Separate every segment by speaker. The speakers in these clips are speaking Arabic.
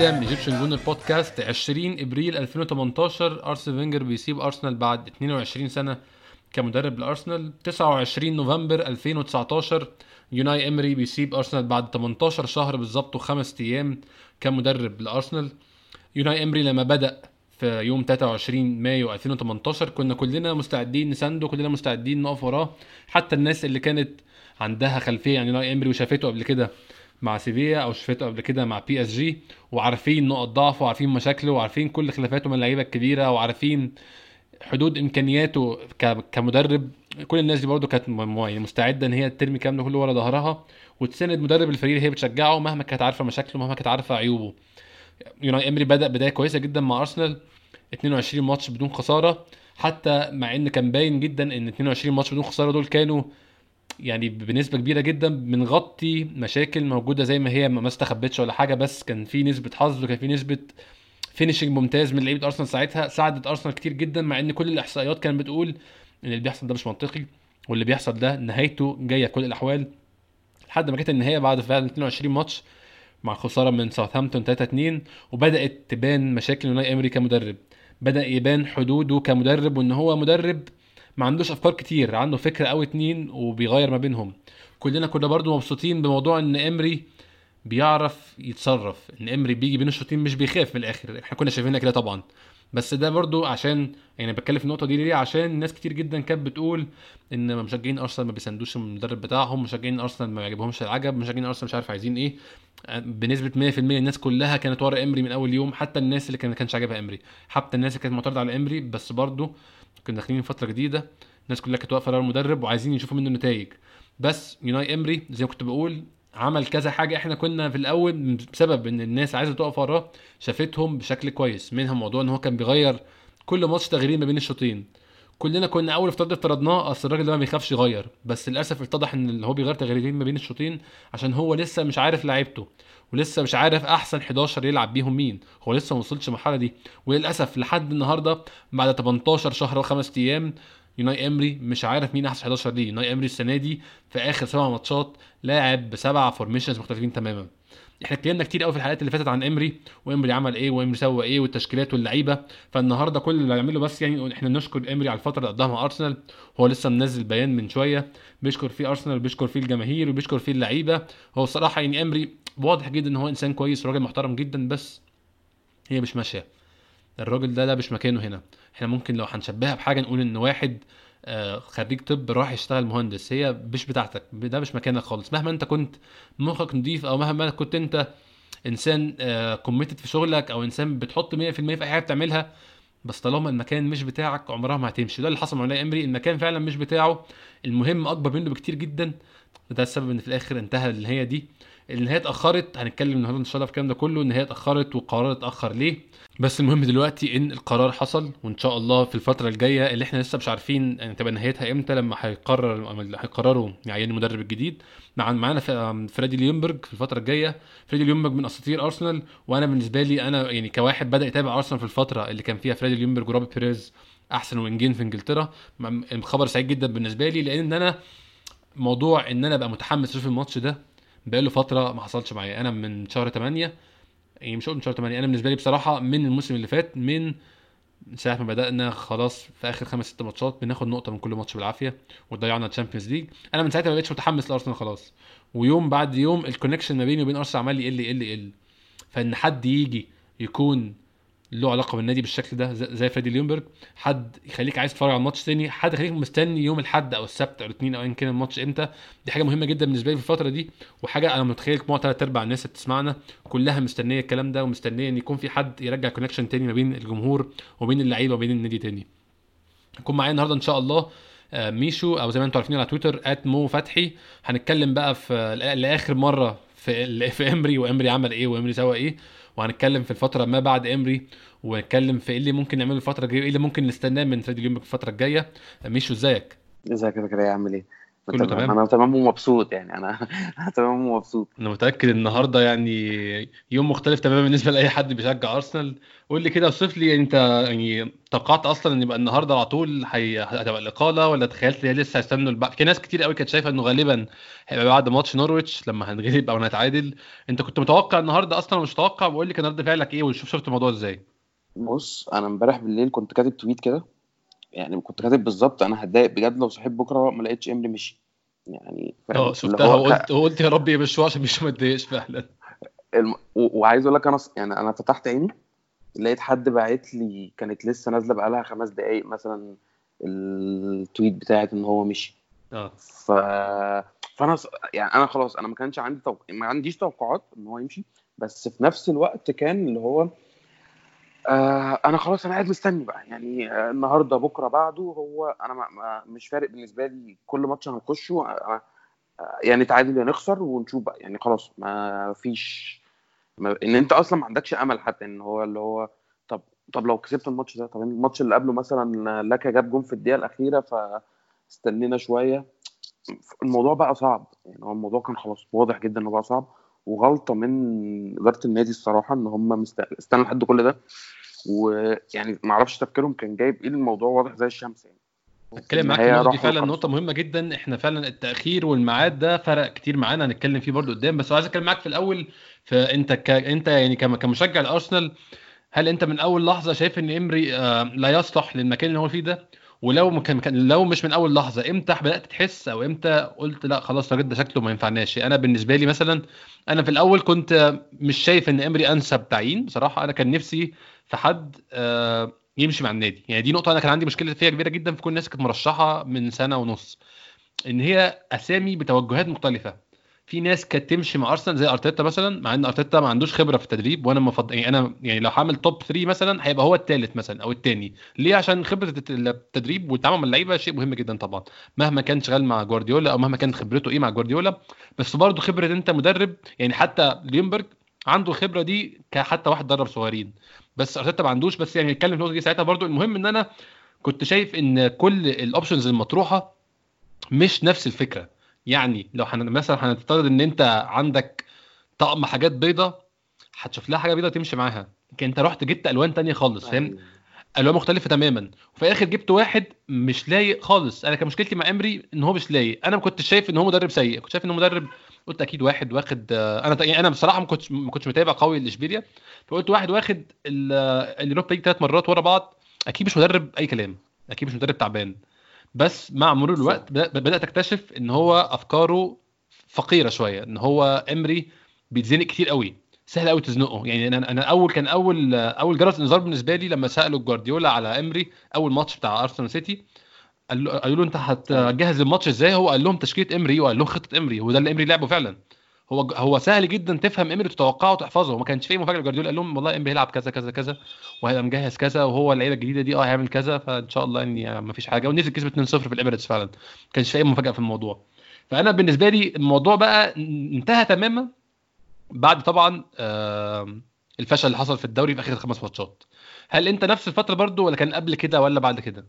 Speaker 1: من ايجيبشن جونر بودكاست. 20 ابريل 2018 ارسن فينجر بيسيب ارسنال بعد 22 سنه كمدرب لارسنال. 29 نوفمبر 2019 يوناي امري بيسيب ارسنال بعد 18 شهر بالظبط و5 ايام كمدرب لارسنال. يوناي امري لما بدأ في يوم 23 مايو 2018 كنا كلنا مستعدين نسانده، كلنا مستعدين نقف وراه، حتى الناس اللي كانت عندها خلفيه عن يوناي امري وشافته قبل كده مع سيفيا او شافته قبل كده مع بي اس جي، وعارفين نقط ضعفه وعارفين مشاكله وعارفين كل خلافاته من اللعيبه الكبيره وعارفين حدود امكانياته كمدرب. كل الناس دي برضو كانت يعني مستعده ان هي ترمي كامله كله ورا ظهرها وتساند مدرب الفريق اللي هي بتشجعه مهما كانت عارفه مشاكله مهما كانت عارفه عيوبه. يوناي امري بدأ بدايه كويسه جدا مع ارسنال، 22 ماتش بدون خساره، حتى مع ان كان باين جدا ان 22 ماتش بدون خساره دول كانوا يعني بنسبه كبيره جدا بنغطي مشاكل موجوده زي ما هي ما استخبتش ولا حاجه، بس كان في نسبه حظ وكان في نسبه فينيشنج ممتاز من لعيبه ارسنال ساعتها ساعدت ارسنال كتير جدا، مع ان كل الاحصائيات كانت بتقول ان اللي بيحصل ده مش منطقي واللي بيحصل ده نهايته جايه في كل الاحوال. لحد ما كانت النهايه بعد فعلا 22 ماتش مع خساره من ساوثهامبتون 3-2 وبدات تبان مشاكل يوناي امري كمدرب، بدا يبان حدوده كمدرب وان هو مدرب ما عندوش افكار كتير، عنده فكره او اتنين وبيغير ما بينهم. كلنا كنا برضو مبسوطين بموضوع ان امري بيعرف يتصرف، ان امري بيجي بين الشوطين مش بيخاف من الاخر، احنا كنا شايفينها كده طبعا. بس ده برضو عشان يعني بتكلم في النقطه دي ليه، عشان ناس كتير جدا كانت بتقول ان مشجعين ارسنال ما بيساندوش المدرب بتاعهم، مشجعين ارسنال ما يعجبهمش العجب، مشجعين ارسنال مش عارف عايزين ايه. بنسبه 100% الناس كلها كانت ورا امري من اول يوم، حتى الناس اللي كانش عاجبها امري، حتى الناس اللي كانت معترضه على امري، بس برضو كنا داخلين فتره جديده، الناس كلها كانت واقفه ورا المدرب وعايزين يشوفوا منه نتائج. بس يوناي امري زي ما كنت بقول عمل كذا حاجه احنا كنا في الاول بسبب ان الناس عايزه تقف وراه شافتهم بشكل كويس، منها موضوع ان هو كان بيغير كل ماتش تغييرين ما بين الشوطين. كلنا كنا اول افترضناه اصل الراجل ده ما بيخافش يغير، بس للاسف اتضح ان اللي هو بيغير تغييرين ما بين الشوطين عشان هو لسه مش عارف لعيبته ولسه مش عارف احسن 11 يلعب بيهم مين، هو لسه ما وصلش المرحله دي. وللاسف لحد النهارده بعد 18 شهر و5 ايام يوناي امري مش عارف مين احسن 11 ليه. يوناي امري السنه دي في اخر 7 ماتشات لاعب ب7 فورميشنز مختلفين تماما. احنا اتكلمنا كتير قوي في الحلقات اللي فاتت عن امري وامري عمل ايه وامري سوى ايه والتشكيلات واللعيبه، فالنهارده كل اللي هنعمله بس يعني احنا نشكر امري على الفتره اللي قضاها مع ارسنال. هو لسه منزل بيان من شويه بيشكر فيه ارسنال وبيشكر فيه الجماهير وبيشكر فيه اللعيبه. هو الصراحه يعني امري واضح جدا ان هو انسان كويس وراجل محترم جدا، بس هي مش ماشيه، الراجل ده مش مكانه هنا. احنا ممكن لو هنشبهها بحاجه نقول ان واحد خريج طب راح يشتغل مهندس، هي مش بتاعتك، ده مش مكانك خالص، مهما انت كنت مخك نضيف او مهما كنت انت انسان كوميتد في شغلك او انسان بتحط 100% في اي حاجه بتعملها، بس طالما المكان مش بتاعك عمرها ما هتمشي. ده اللي حصل مع امري، المكان فعلا مش بتاعه، المهم اكبر منه بكتير جدا. ده السبب ان في الاخر انتهى النهايه دي. النهايه اتاخرت، هنتكلم النهارده ان شاء الله في الكلام ده كله، النهايه اتاخرت والقرار اتاخر ليه. بس المهم دلوقتي ان القرار حصل، وان شاء الله في الفتره الجايه اللي احنا لسه مش عارفين يعني تبقى نهايتها امتى لما هيقرروا يعينوا المدرب الجديد. معانا فريدي ليونبرج في الفتره الجايه. فريدي ليونبرج من اساطير ارسنال، وانا بالنسبه لي انا يعني كواحد بدا يتابع ارسنال في الفتره اللي كان فيها فريدي ليونبرج وروبي بيريز احسن وينجين في انجلترا، خبر سعيد جدا بالنسبه لي، لان انا موضوع ان انا ابقى متحمس اشوف الماتش ده بقاله فتره ما حصلش معايا. انا من شهر 8 يعني مش هقول من شهر 8، انا بالنسبه لي بصراحه من الموسم اللي فات، من ساعه ما بدانا خلاص في اخر 5 6 ماتشات بناخد نقطه من كل ماتش بالعافيه وضيعنا الشامبيونز ليج، انا من ساعتها ما بقتش متحمس لارسنال خلاص. ويوم بعد يوم الكونكشن ما بيني وبين ارسنال عمال يقل، فان حد يجي يكون له علاقه بالنادي بالشكل ده زي فريدي ليونبرج، حد يخليك عايز تتفرج على الماتش تاني، حد يخليك مستني يوم الاحد او السبت او الاثنين او ايا كان الماتش امتى، دي حاجه مهمه جدا بالنسبه لي في الفتره دي. وحاجه انا متخيل مع 3/4 الناس اللي بتسمعنا كلها مستنيه الكلام ده ومستنيه ان يكون في حد يرجع كونكشن تاني ما بين الجمهور وبين اللعيبه وبين النادي تاني. هيكون معايا النهارده ان شاء الله ميشو او زي ما انتم عارفين على تويتر @مو فتحي. هنتكلم بقى في لاخر مره في امري وامري عمل ايه وامري سوى ايه، وهنتكلم في الفتره ما بعد امري، ونتكلم في ايه اللي ممكن نعمله الفتره الجايه وايه اللي ممكن نستناه من فريدي اليوم في الفتره الجايه. ميشو ازيك؟
Speaker 2: ازيك يا فكرة عامل ايه؟
Speaker 1: كله
Speaker 2: تمام،
Speaker 1: تمام.
Speaker 2: انا تمام ومبسوط يعني انا أنا تمام ومبسوط.
Speaker 1: انا متاكد ان النهارده يعني يوم مختلف تماما بالنسبه لاي حد بيشجع ارسنال. قول لي كده، اوصف لي انت، يعني توقعت اصلا ان يبقى النهارده على طول هتبقى الاقاله، ولا تخيلت ان لسه هيستنوا في ناس كتير قوي كانت شايفه انه غالبا هيبقى بعد ماتش نورويتش لما هنغلب او هنتعادل. انت كنت متوقع النهارده اصلا ولا مش متوقع؟ بقول لي كان رد فعلك ايه، شفت الموضوع ازاي؟
Speaker 2: بص انا امبارح بالليل كنت كاتب تويت كده، يعني كنت كاتب بالظبط انا هتضايق بجد لو صحيت بكره ما لقيتش امري مشي، يعني
Speaker 1: اه
Speaker 2: فاهم اللي
Speaker 1: شفتها،
Speaker 2: هو
Speaker 1: وقلت يا رب يمشوه عشان مش متضايقش فعلا.
Speaker 2: وعايز اقول لك انا يعني انا فتحت عيني لقيت حد باعت لي، كانت لسه نازله بقالها 5 دقايق مثلا التويت بتاعت ان هو مشي.
Speaker 1: اه
Speaker 2: ف فانا يعني انا خلاص انا ما كانش عندي ما عنديش توقعات ان هو يمشي، بس في نفس الوقت كان اللي هو انا خلاص انا قاعد مستني بقى يعني النهارده بكره بعده، هو انا مش فارق بالنسبه لي كل ماتش هنخشه يعني تعادل يا نخسر ونشوف بقى يعني خلاص ما فيش ان انت اصلا ما عندكش امل حتى ان هو اللي هو طب طب لو كسبت الماتش ده، طب الماتش اللي قبله مثلا لاكا جاب جون في الدقيقه الاخيره فاستنينا شويه. الموضوع بقى صعب يعني، هو الموضوع كان خلاص واضح جدا انه بقى صعب، وغلطه من اداره النادي الصراحه ان هم استنوا لحد كل ده، ويعني ما اعرفش تفكيرهم كان جايب ايه، الموضوع واضح زي الشمس يعني، وفي
Speaker 1: اتكلم معاك في
Speaker 2: النهايه
Speaker 1: النقطه دي،
Speaker 2: راحوا
Speaker 1: فعلا
Speaker 2: الحرس.
Speaker 1: نقطه مهمه جدا. احنا فعلا التاخير والميعاد ده فرق كتير معانا، هنتكلم فيه برضو قدام. بس عايز اتكلم معاك في الاول. فانت انت يعني كمشجع الارسنال، هل انت من اول لحظه شايف ان امري لا يصلح للمكان اللي هو فيه ده؟ ولو لو مش من اول لحظه، امتى بدات تحس او امتى قلت لا خلاص الراجل ده شكله ما ينفعناش؟ انا بالنسبه لي مثلا، انا في الاول كنت مش شايف ان امري انسب تعيين بصراحه. انا كان نفسي في حد يمشي مع النادي. يعني دي نقطه انا كان عندي مشكله فيها كبيره جدا في كل الناس كانت مرشحه من سنه ونص، ان هي اسامي بتوجهات مختلفه. في ناس كانت تمشي مع ارسنال زي ارتيتا مثلا، مع ان ارتيتا ما عندوش خبره في التدريب، وانا مفضل يعني انا يعني لو هعمل توب 3 مثلا هيبقى هو الثالث مثلا او الثاني. ليه؟ عشان خبره التدريب والتعامل مع اللعيبه شيء مهم جدا طبعا، مهما كان شغال مع جوارديولا او مهما كانت خبرته ايه مع جوارديولا. بس برضه خبره انت مدرب، يعني حتى ليمبرج عنده الخبره دي كحتى واحد درب صغيرين، بس ارتيتا ما عندوش. بس يعني نتكلم في النقطه دي ساعتها برضه. المهم ان انا كنت شايف ان كل الاوبشنز المطروحه مش نفس الفكره. يعني لو مثلا هنفترض ان انت عندك طقم حاجات بيضة، هتشوف لها حاجه بيضة تمشي معاها. لكن انت رحت جبت الوان تانية خالص، فاهم؟
Speaker 2: ايوه
Speaker 1: الوان مختلفه تماما، وفي الاخر جبت واحد مش لايق خالص. انا كان مشكلتي مع امري ان هو مش لايق. انا ما كنتش شايف ان هو مدرب سيء، كنت شايف ان هو مدرب، قلت اكيد واحد واخد يعني انا بصراحه ما كنتش متابع قوي لاشبيليا، فقلت واحد واخد اليوروبا ليج 3 مرات ورا بعض، اكيد مش مدرب اي كلام، اكيد مش مدرب تعبان. بس مع مرور الوقت
Speaker 2: بالظبط.
Speaker 1: بدات اكتشف ان هو افكاره فقيره شويه، ان هو امري بيتزنق كتير قوي، سهل قوي تزنقه. يعني انا اول جرس انذار بالنسبه لي لما سالوا جوارديولا على امري اول ماتش بتاع ارسنال سيتي. قالوا له انت
Speaker 2: ايوه
Speaker 1: هتجهز الماتش ازاي؟ هو قال لهم تشكيله امري وقال لهم خطه امري، وده اللي امري لعبه فعلا. هو سهل جدا تفهم امري وتتوقعه وتحفظه. وما كانش فيه مفاجاه. جوارديولا قال لهم والله امري هيلعب كذا كذا كذا، وهيبقى مجهز كذا، وهو اللعيبه الجديده دي هيعمل كذا، فان شاء الله اني ما فيش حاجه. ونزل كسب 2-0 في الاميريتس فعلا، ما كانش فيه اي مفاجاه في الموضوع. فانا بالنسبه لي الموضوع بقى انتهى تماما بعد طبعا الفشل اللي حصل في الدوري في اخر 5 ماتشات. هل انت نفس الفتره برضو، ولا كان قبل كده ولا بعد كده؟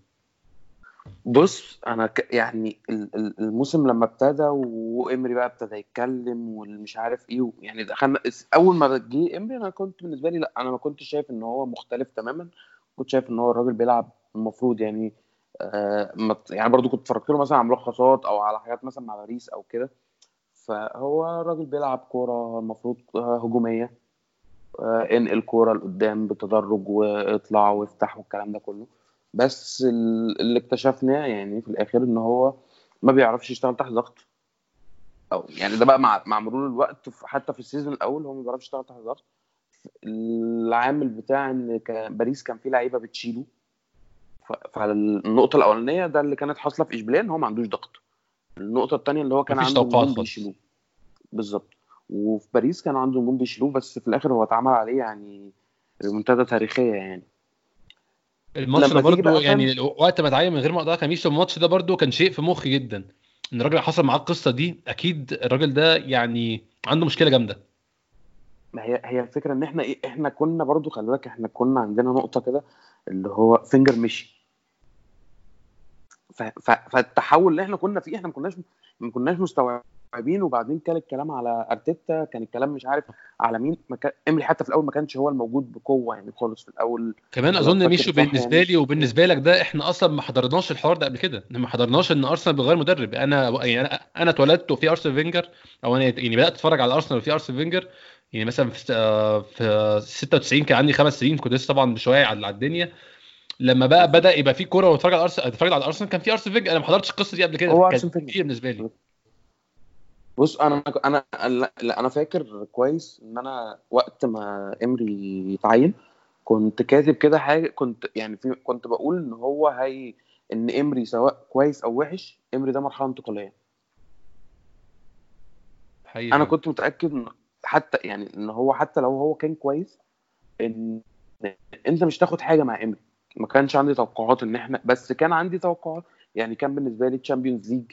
Speaker 2: بص انا يعني الموسم لما ابتدى وامري بقى ابتدى يتكلم والمش عارف ايه يعني دخلنا اول ما جه امري انا كنت بالنسبه لي لا انا ما كنتش شايف ان هو مختلف تماما، كنت شايف ان هو الراجل بيلعب المفروض يعني يعني برضو كنت اتفرجت له مثلا على ملخصات او على حاجات مثلا مع باريس او كده، فهو الراجل بيلعب كوره المفروض هجوميه، انقل كوره لقدام بتدرج واطلع وافتح والكلام ده كله. بس اللي اكتشفناه يعني في الاخر ان هو ما بيعرفش يشتغل تحت ضغط، او يعني ده بقى مع مرور الوقت حتى في السيزون الاول هو ما بيعرفش يشتغل تحت ضغط. العامل بتاع ان باريس كان فيه لعيبه بتشيله، فالنقطه الاولانيه ده اللي كانت حاصله في اشبيليه ان هو ما عندوش ضغط. النقطه الثانيه اللي هو كان
Speaker 1: مفيش
Speaker 2: عنده
Speaker 1: توقعات
Speaker 2: نجوم
Speaker 1: خالص.
Speaker 2: بيشيلوه. بالظبط. وفي باريس كان عنده نجوم بيشيلوه، بس في الاخر هو اتعمل عليه يعني ريمونتادا تاريخيه يعني.
Speaker 1: الماتش ده
Speaker 2: لما تيجي
Speaker 1: برضو
Speaker 2: بقى فاهم.
Speaker 1: يعني وقت ما اتعين من غير ما اقطعك يا ميشو، الماتش ده برضو كان شيء في مخي جدا، ان الراجل حصل معاه القصه دي، اكيد الراجل ده يعني عنده مشكله جامده.
Speaker 2: ما هي الفكره ان احنا ايه، احنا كنا برضو خلي بالك احنا كنا عندنا نقطه كده اللي هو فينجر مشي، فالتحول اللي احنا كنا فيه احنا ما كناش مستوعبين. وبعدين كان الكلام على ارتيتا، كان الكلام مش عارف على مين. امري حتى في الاول ما كانش هو الموجود بقوه يعني خالص في الاول.
Speaker 1: كمان
Speaker 2: لو
Speaker 1: اظن
Speaker 2: فاكر
Speaker 1: ميشو
Speaker 2: صح
Speaker 1: بالنسبه
Speaker 2: يعني.
Speaker 1: لي وبالنسبه لك ده احنا اصلا ما حضرناش الحوار ده قبل كده، ما حضرناش ان ارسنال بيغير مدرب. انا اتولدت في ارسنال فينجر، او انا يعني بدات اتفرج على ارسنال في ارسنال فينجر. يعني مثلا في 96 كان عندي 5 سنين، كنت لسه طبعا شويه على الدنيا. لما بقى بدا يبقى في كوره واتفرج على ارسنال، اتفرج على ارسنال كان في ارسنال فينجر. انا ما حضرتش القصه دي قبل كده،
Speaker 2: هو
Speaker 1: فكانت
Speaker 2: ارسن فينجر.
Speaker 1: كتير بالنسبه لي.
Speaker 2: بص انا فاكر كويس ان انا وقت ما امري يتعين كنت كاتب كده حاجه. كنت يعني كنت بقول ان هو ان امري سواء كويس او وحش، امري ده مرحله انتقاليه.
Speaker 1: حقيقي
Speaker 2: انا
Speaker 1: فعلا.
Speaker 2: كنت متاكد ان حتى يعني ان هو حتى لو هو كان كويس، ان انت مش تاخد حاجه مع امري. ما كانش عندي توقعات ان احنا، بس كان عندي توقعات. يعني كان بالنسبه لي تشامبيونز ليج،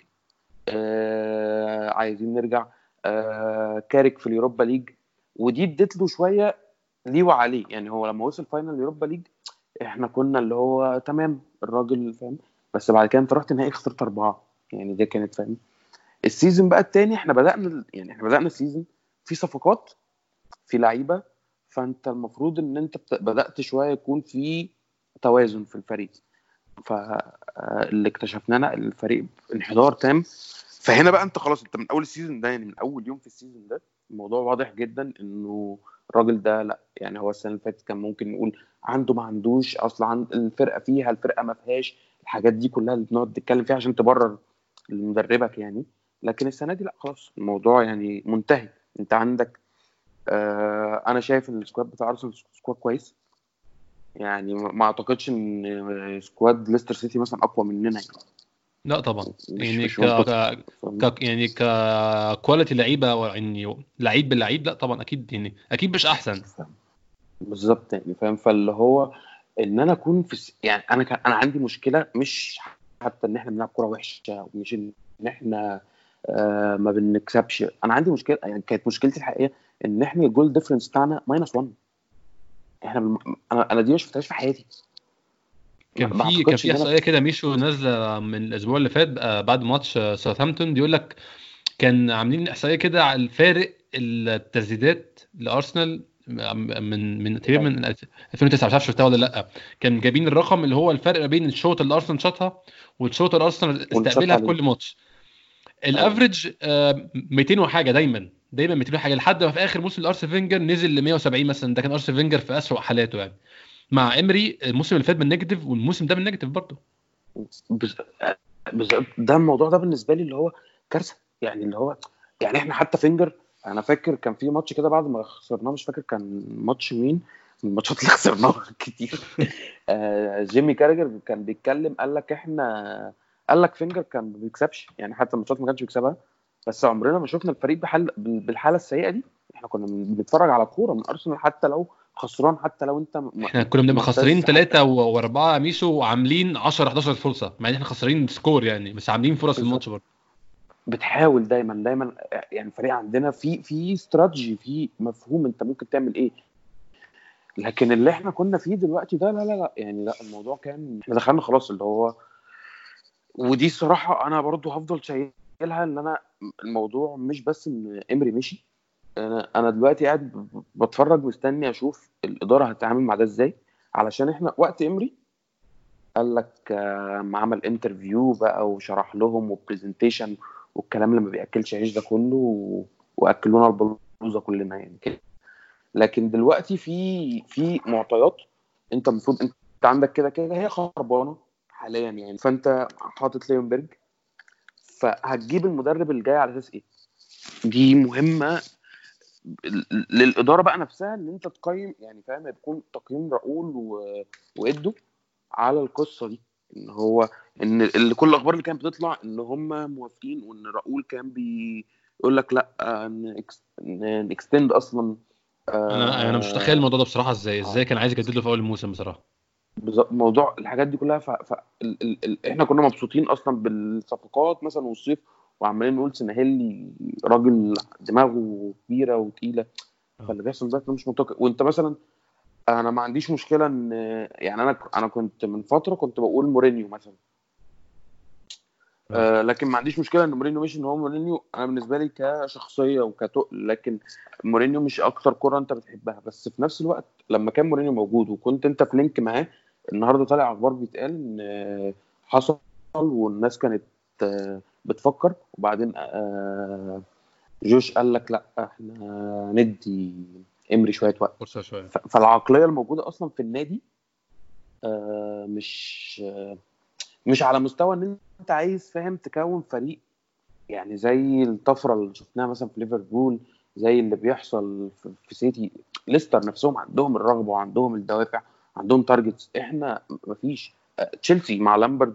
Speaker 2: عايزين نرجع، كارك في اليوروبا ليج. ودي اديت له شويه ليه وعليه. يعني هو لما وصل فاينل اليوروبا ليج احنا كنا اللي هو تمام الراجل فاهم. بس بعد كده انت رحت نهائي خسرت 4. يعني دي كانت فاهم. السيزون بقى التاني احنا بدأنا السيزون في صفقات، في لعيبه. فانت المفروض ان انت بدأت شويه يكون في توازن في الفريق. فاللي اكتشفناه الفريق انحدار تام. فهنا بقى انت خلاص، انت من اول السيزون ده، يعني من اول يوم في السيزون ده الموضوع واضح جدا انه الراجل ده لا. يعني هو السنه اللي فاتت كان ممكن نقول عنده ما عندوش اصلا، عند الفرقه فيها الفرقه ما فيهاش الحاجات دي كلها اللي بنقعد نتكلم فيها عشان تبرر لمدربك يعني. لكن السنه دي لا، خلاص الموضوع يعني منتهي. انت عندك انا شايف ان السكواد بتاع ارسنال سكواد كويس. يعني ما اعتقدش ان سكواد ليستر سيتي مثلا اقوى مننا يعني.
Speaker 1: لا طبعا.
Speaker 2: مش
Speaker 1: يعني
Speaker 2: مش منطقي. فاهم؟
Speaker 1: يعني كواليتي لعيبه، يعني لعيب باللعيب، لا طبعا اكيد، يعني اكيد مش احسن.
Speaker 2: بالظبط يعني فاهم. فاللي هو ان انا اكون يعني انا عندي مشكله، مش حتى ان احنا بنلعب كوره وحشه، ومش ان احنا ما بنكسبش. انا عندي مشكله، يعني كانت مشكلتي الحقيقيه ان احنا الجول ديفرنس بتاعنا -1. احنا انا دي ما شفتهاش في حياتي. ما
Speaker 1: كان
Speaker 2: اعتقدش
Speaker 1: في
Speaker 2: ان انا
Speaker 1: احصائيه كده ميشو نازله من الاسبوع اللي فات بعد ماتش ساوثهامبتون، بيقول لك كان عاملين احصائيه كده على الفارق التسديدات لارسنال من تقريبا من 2009، مش عارف شفتها ولا لا. كان جايبين الرقم اللي هو الفرق ما بين الشوط اللي ارسنال شاطها والشوط اللي ارسنال
Speaker 2: ونشط
Speaker 1: استقبلها في
Speaker 2: عليه.
Speaker 1: كل ماتش.
Speaker 2: ايوه
Speaker 1: الافريج 200 وحاجه، دايما 200 وحاجه، لحد ما في اخر موسم لارسن فينجر نزل ل 170 مثلا. ده كان ارسن فينجر في اسوأ حالاته يعني. مع امري الموسم اللي فات بالنيجاتيف، والموسم ده بالنيجاتيف برضه.
Speaker 2: بز- ده الموضوع ده بالنسبه لي اللي هو كارثه. يعني اللي هو يعني احنا حتى فينجر. انا فاكر كان في ماتش كده بعد ما خسرناه، مش فاكر كان ماتش مين من الماتشات اللي خسرناها كتير. جيمي كاراجر كان بيتكلم، قال لك فينجر كان ما بيكسبش يعني، حتى الماتشات ما كانش بيكسبها. بس عمرنا ما شفنا الفريق بالحاله السيئه دي. احنا كنا بنتفرج على كوره من ارسنال حتى لو خسران، حتى لو انت
Speaker 1: احنا كنا بنبقى خسرانين
Speaker 2: مهتز حتى.
Speaker 1: 3 و4 ميسو، وعاملين 10 11 فرصه، مع ان احنا خسرانين سكور يعني، بس عاملين فرص في الماتش برضه.
Speaker 2: بتحاول دايما. يعني الفريق عندنا في استراتيجي، في مفهوم انت ممكن تعمل ايه. لكن اللي احنا كنا فيه دلوقتي ده لا يعني لا. الموضوع كان احنا دخلنا خلاص اللي هو. ودي الصراحة انا برضو هفضل شايلها ان انا الموضوع مش بس ان امري مشي. انا دلوقتي قاعد بتفرج مستني اشوف الادارة هتتعامل مع ده ازاي. علشان احنا وقت امري قال لك عمل انترفيو بقى وشرح لهم وبرزنتيشن والكلام اللي ما بياكلش عيش ده كله واكلونا البلوزه كلنا يعني كده. لكن دلوقتي في معطيات. انت المفروض انت عندك كده كده هي خربانه حاليا يعني. فانت حاطط ليونبرج، فهتجيب المدرب الجاي على اساس ايه؟ دي مهمه للاداره بقى نفسها ان انت تقيم يعني فاهم. يكون تقييم رؤول وادوا على القصه دي. ان هو ان كل الاخبار اللي كانت بتطلع ان هم موافقين، وان راؤول كان بيقول لك لا نكستند اصلا.
Speaker 1: انا مش متخيل
Speaker 2: آه
Speaker 1: الموضوع ده بصراحه، ازاي كان عايز يجدد له في اول الموسم بصراحه.
Speaker 2: موضوع الحاجات دي كلها احنا كنا مبسوطين اصلا بالصفقات مثلا والصيف، وعمالين نقول سنهلي راجل دماغه كبيره وتقيله. فاللي بيحصل ده مش منطقي. وانت مثلا انا ما عنديش مشكله ان يعني انا كنت من فتره كنت بقول مورينيو مثلا. لكن ما عنديش مشكله ان مورينيو مش ان هو مورينيو. انا بالنسبه لي كشخصيه وكتقل، لكن مورينيو مش اكتر كره انت بتحبها. بس في نفس الوقت لما كان مورينيو موجود وكنت انت في لينك معاه، النهارده طالع اخبار بيتقال ان حصل، والناس كانت بتفكر، وبعدين جوش قال لك لا احنا ندي امري شويه وقت.
Speaker 1: فرصه شويه.
Speaker 2: فالعقليه الموجوده اصلا في النادي مش على مستوى ان انت عايز فاهم تكون فريق يعني زي الطفره اللي شفناها مثلا في ليفربول، زي اللي بيحصل في سيتي. ليستر نفسهم عندهم الرغبه وعندهم الدوافع، عندهم تارجتس. احنا مفيش. تشيلسي مع لامبرد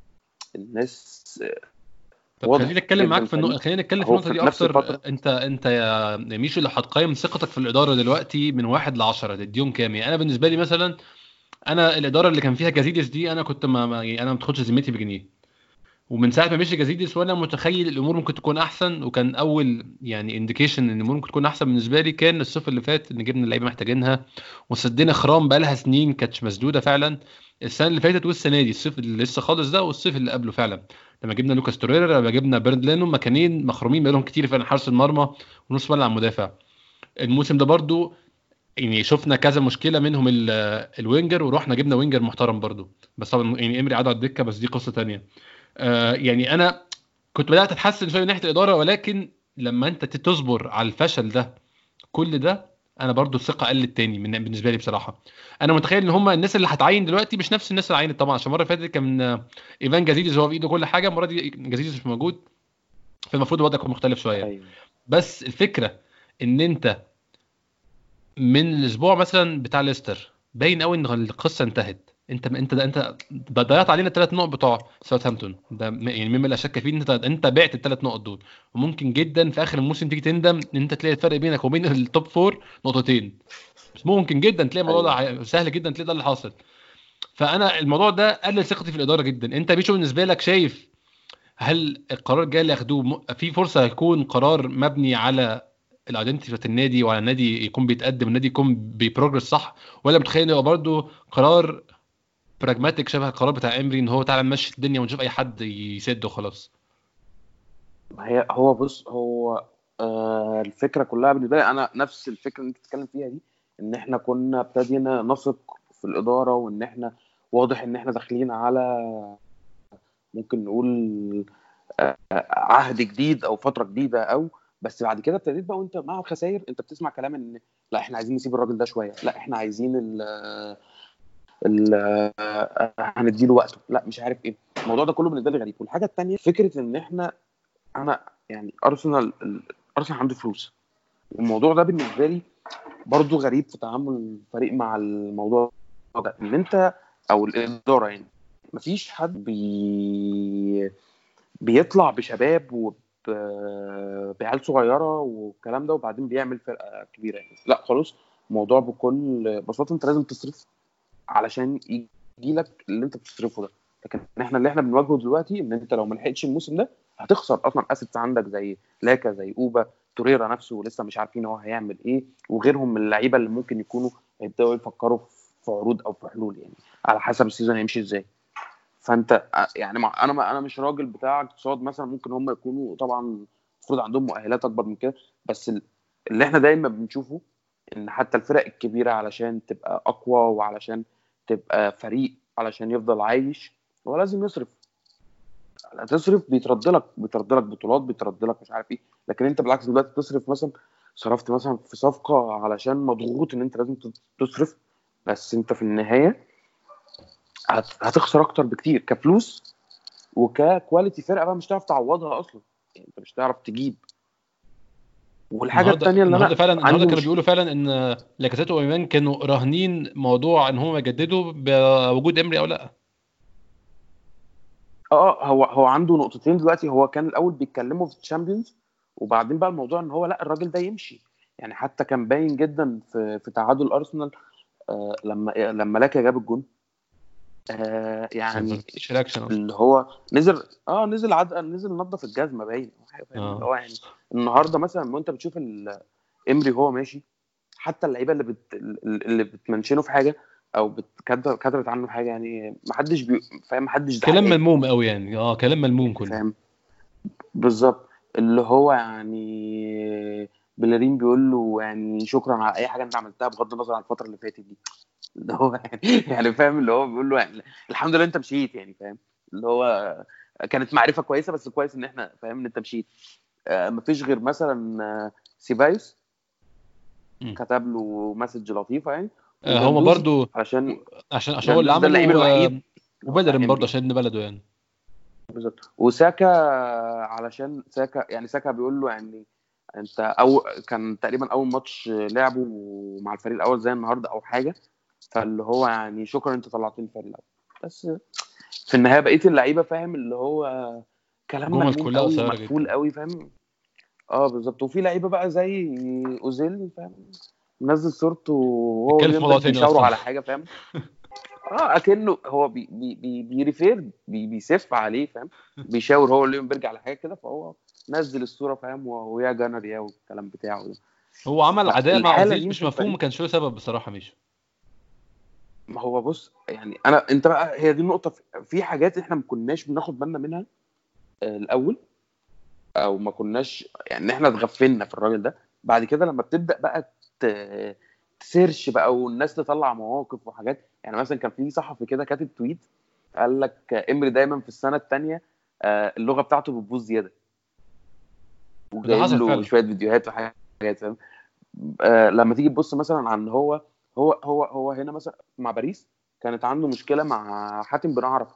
Speaker 2: الناس
Speaker 1: طب
Speaker 2: واضح
Speaker 1: خليني اتكلم معاك
Speaker 2: جدا
Speaker 1: في
Speaker 2: فريق
Speaker 1: خلينا نتكلم في
Speaker 2: اهو
Speaker 1: النقطه
Speaker 2: في
Speaker 1: دي
Speaker 2: نفس
Speaker 1: اكتر.
Speaker 2: الفتره.
Speaker 1: انت يا ميشو اللي هتقيم ثقتك في الاداره دلوقتي من 1 ل10 تديهم كام؟ يعني انا بالنسبه لي مثلا، انا الاداره اللي كان فيها جازيدس دي انا كنت يعني انا ما بتاخدش ذمتي بجنيه. ومن ساعه ما مشي جازيدس وانا متخيل الامور ممكن تكون احسن. وكان اول يعني انديكيشن ان الامور ممكن تكون احسن بالنسبه لي كان الصيف اللي فات، ان جبنا اللعيبه محتاجينها وسدينا خرام بقى لها سنين كانتش مسدوده فعلا. السنه اللي فاتت والسنه دي، الصيف اللي لسه خالص ده والصيف اللي قبله فعلا، لما جبنا لوكاس توريرا، لما جبنا بيرد لينو، مكانين مخرومين بقالهم كتير فعلا، حارس المرمى ونص ملعب مدافع. الموسم ده برضو يعني شفنا كذا مشكله منهم الوينجر، ورحنا جبنا وينجر محترم برضو. بس طبعا يعني امري قعد على الدكه، بس دي قصه تانية. يعني انا كنت بدات اتحسن شويه من ناحيه الاداره، ولكن لما انت تصبر على الفشل ده كل ده، انا برضو الثقه قلت تاني بالنسبه لي بصراحه. انا متخيل ان هم الناس اللي هتعين دلوقتي مش نفس الناس اللي عينت طبعا، عشان المره اللي فاتت كان ايفان جازيديز هو في ايده كل حاجه، المره دي جازيديز مش موجود، فالمفروض الوضع يكون مختلف شويه.
Speaker 2: ايوه
Speaker 1: بس الفكره ان انت من الاسبوع مثلا بتاع ليستر باين قوي ان القصه انتهت. انت ضيعت علينا ال3 نقط بتوع ساوثهامبتون ده، يعني مما لا شك فيه ان انت بعت ال3 نقط دول. وممكن جدا في اخر الموسم تيجي تندم ان انت تلاقي الفرق بينك وبين التوب فور نقطتين. بس ممكن جدا تلاقي الموضوع
Speaker 2: ايوه
Speaker 1: ده سهل جدا تلاقي ده اللي حاصل. فانا الموضوع ده قلل ثقتي في الاداره جدا. انت بيشو بالنسبه لك شايف هل القرار الجاي اللي ياخدوه في فرصه يكون قرار مبني على الايدنتي بتاعت النادي، وعلى النادي يكون بيتقدم، النادي يكون بيبروجرس صح؟ ولا متخيل ان هو برضه قرار براجماتيك شبه القرار بتاع امري، ان هو تعالى نمشي الدنيا ونشوف اي حد يسد وخلاص؟
Speaker 2: هو بص هو الفكره كلها بالنسبه لي انا نفس الفكره اللي انت بتتكلم فيها دي، ان احنا كنا ابتدينا نثق في الاداره، وان احنا واضح ان احنا داخلين على ممكن نقول عهد جديد او فتره جديده. او بس بعد كده ابتديت بقى وانت مع الخسائر انت بتسمع كلام ان لا احنا عايزين نسيب الراجل ده شويه، لا احنا عايزين ال هنديله وقته، لا مش عارف ايه. الموضوع ده كله بالنسبه لي غريب. والحاجه الثانيه فكره ان انا يعني ارسنال عنده فلوس، والموضوع ده بالنسبه لي برضو غريب في تعامل الفريق مع الموضوع ده. ان انت او الاداره يعني مفيش حد بيطلع بشباب بعيال صغيره والكلام ده وبعدين بيعمل فرقه كبيره يعني. لا خلاص، الموضوع بكل بساطه انت لازم تصرف علشان يجي لك اللي انت بتصرفه ده. لكن احنا اللي احنا بنواجهه دلوقتي ان انت لو ما لحقتش الموسم ده هتخسر اصلا اسيتس عندك زي لاكا، زي اوبا، توريرا نفسه لسه مش عارفين هو هيعمل ايه، وغيرهم من اللعيبه اللي ممكن يكونوا هيبداوا يفكروا في عروض او في حلول يعني على حسب السيزون هيمشي ازاي. فانت يعني انا مش راجل بتاع اقتصاد مثلا، ممكن هم يكونوا طبعا المفروض عندهم مؤهلات اكبر من كده. بس اللي احنا دايما بنشوفه ان حتى الفرق الكبيره علشان تبقى اقوى وعلشان تبقى فريق علشان يفضل عايش هو لازم يصرف. تصرف بيترد لك بطولات، بيترد لك مش عارف ايه. لكن انت بالعكس دلوقتي تصرف مثلا، صرفت مثلا في صفقه علشان مضغوط ان انت لازم تصرف، بس انت في النهايه هتخسر اكتر بكتير كفلوس وككواليتي. فرقه بقى مش هتعرف تعوضها اصلا يعني، انت مش هتعرف تجيب. والحاجه الثانيه اللي
Speaker 1: النهارده
Speaker 2: انا
Speaker 1: فعلا، النهارده
Speaker 2: عندي
Speaker 1: كانوا
Speaker 2: مش
Speaker 1: بيقولوا فعلا ان لاكازيت وايمان كانوا راهنين موضوع ان هم يجددوا بوجود امري او لا.
Speaker 2: هو عنده نقطتين دلوقتي. هو كان الاول بيتكلموا في الشامبيونز، وبعدين بقى الموضوع ان هو لا الراجل ده يمشي يعني. حتى كان باين جدا في تعادل ارسنال لما لاكا جاب الجون يعني
Speaker 1: مفيش رياكشن اصلا.
Speaker 2: اللي هو نزل نظف الجزمه باين أو حاجة، فاهم اللي
Speaker 1: اه
Speaker 2: هو يعني. النهارده مثلا وانت بتشوف امري هو ماشي، حتى اللعيبه اللي بتمنشنه في حاجه او كتبت عنه حاجه، يعني محدش فاهم، محدش
Speaker 1: كلام
Speaker 2: زعلان
Speaker 1: ملموم قوي يعني، كلام ملموم
Speaker 2: يعني،
Speaker 1: كله.
Speaker 2: فاهم. بالظبط. اللي هو يعني بلارين بيقول له يعني شكرا على اي حاجه انت عملتها بغض النظر عن الفتره اللي فاتت دي. اللي هو يعني فاهم، اللي هو بيقول له يعني الحمد لله انت مشيت يعني، فاهم. اللي هو كانت معرفه كويسه، بس كويس ان احنا فاهم ان انت مشيت. مفيش غير مثلا سيبايوس
Speaker 1: مم.
Speaker 2: كتب له مسج لطيفه يعني،
Speaker 1: هما
Speaker 2: وجندوزي
Speaker 1: برضو
Speaker 2: علشان
Speaker 1: عشان هو اللي
Speaker 2: جندوزي ده اللعيب
Speaker 1: عمله،
Speaker 2: الوحيد اللي هو بتاع
Speaker 1: وبدرن برضو
Speaker 2: انبي.
Speaker 1: عشان ابن بلده يعني.
Speaker 2: بالظبط. وساكا علشان ساكا يعني، ساكا بيقول له يعني انت كان تقريبا اول ماتش لعبه مع الفريق الاول زي النهارده او حاجه، فاللي هو يعني شكرا انت طلعتني الفريق الاول. بس في النهايه بقيه اللعيبه فاهم اللي هو كلام
Speaker 1: جمل
Speaker 2: ملموم
Speaker 1: كلها
Speaker 2: قوي
Speaker 1: قصيره
Speaker 2: ومقفول
Speaker 1: جدا.
Speaker 2: قوي، فاهم. اه بالظبط. وفي لعيبه بقى زي اوزيل، فاهم، منزل صورته وهو
Speaker 1: نتكلم في
Speaker 2: اليوم ده
Speaker 1: موضوع تاني
Speaker 2: بيشاوروا
Speaker 1: اصلا.
Speaker 2: على حاجه، فاهم. اه اكنه هو بيريفير بيسف عليه، فاهم. بيشاور هو اليوم بيرجع على حاجه كده، فهو نزل الصوره، فاهم، ويا جنر يا والكلام بتاعه ده.
Speaker 1: هو عمل عداء مع
Speaker 2: فالحاله
Speaker 1: اوزيل
Speaker 2: دي
Speaker 1: مش
Speaker 2: في
Speaker 1: مفهوم،
Speaker 2: الفريق.
Speaker 1: ما كانش له سبب بصراحه، مش.
Speaker 2: ما هو بص يعني انت بقى هي دي النقطه، في حاجات احنا ما كناش بناخد بالنا منها الاول، او ما كناش يعني احنا اتغفلنا في الراجل ده. بعد كده لما بتبدا بقى تسيرش بقى والناس تطلع مواقف وحاجات، يعني مثلا كان في صحفي كده كاتب تويت قال لك امري دايما في السنه الثانيه اللغه بتاعته بتبوظ زياده،
Speaker 1: وده
Speaker 2: وجايب
Speaker 1: حصل
Speaker 2: له
Speaker 1: فعلا.
Speaker 2: شويه فيديوهات وحاجات، فاهم. لما تيجي تبص مثلا عن هو هنا مثلا مع باريس كانت عنده مشكله مع حاتم بن عرفه،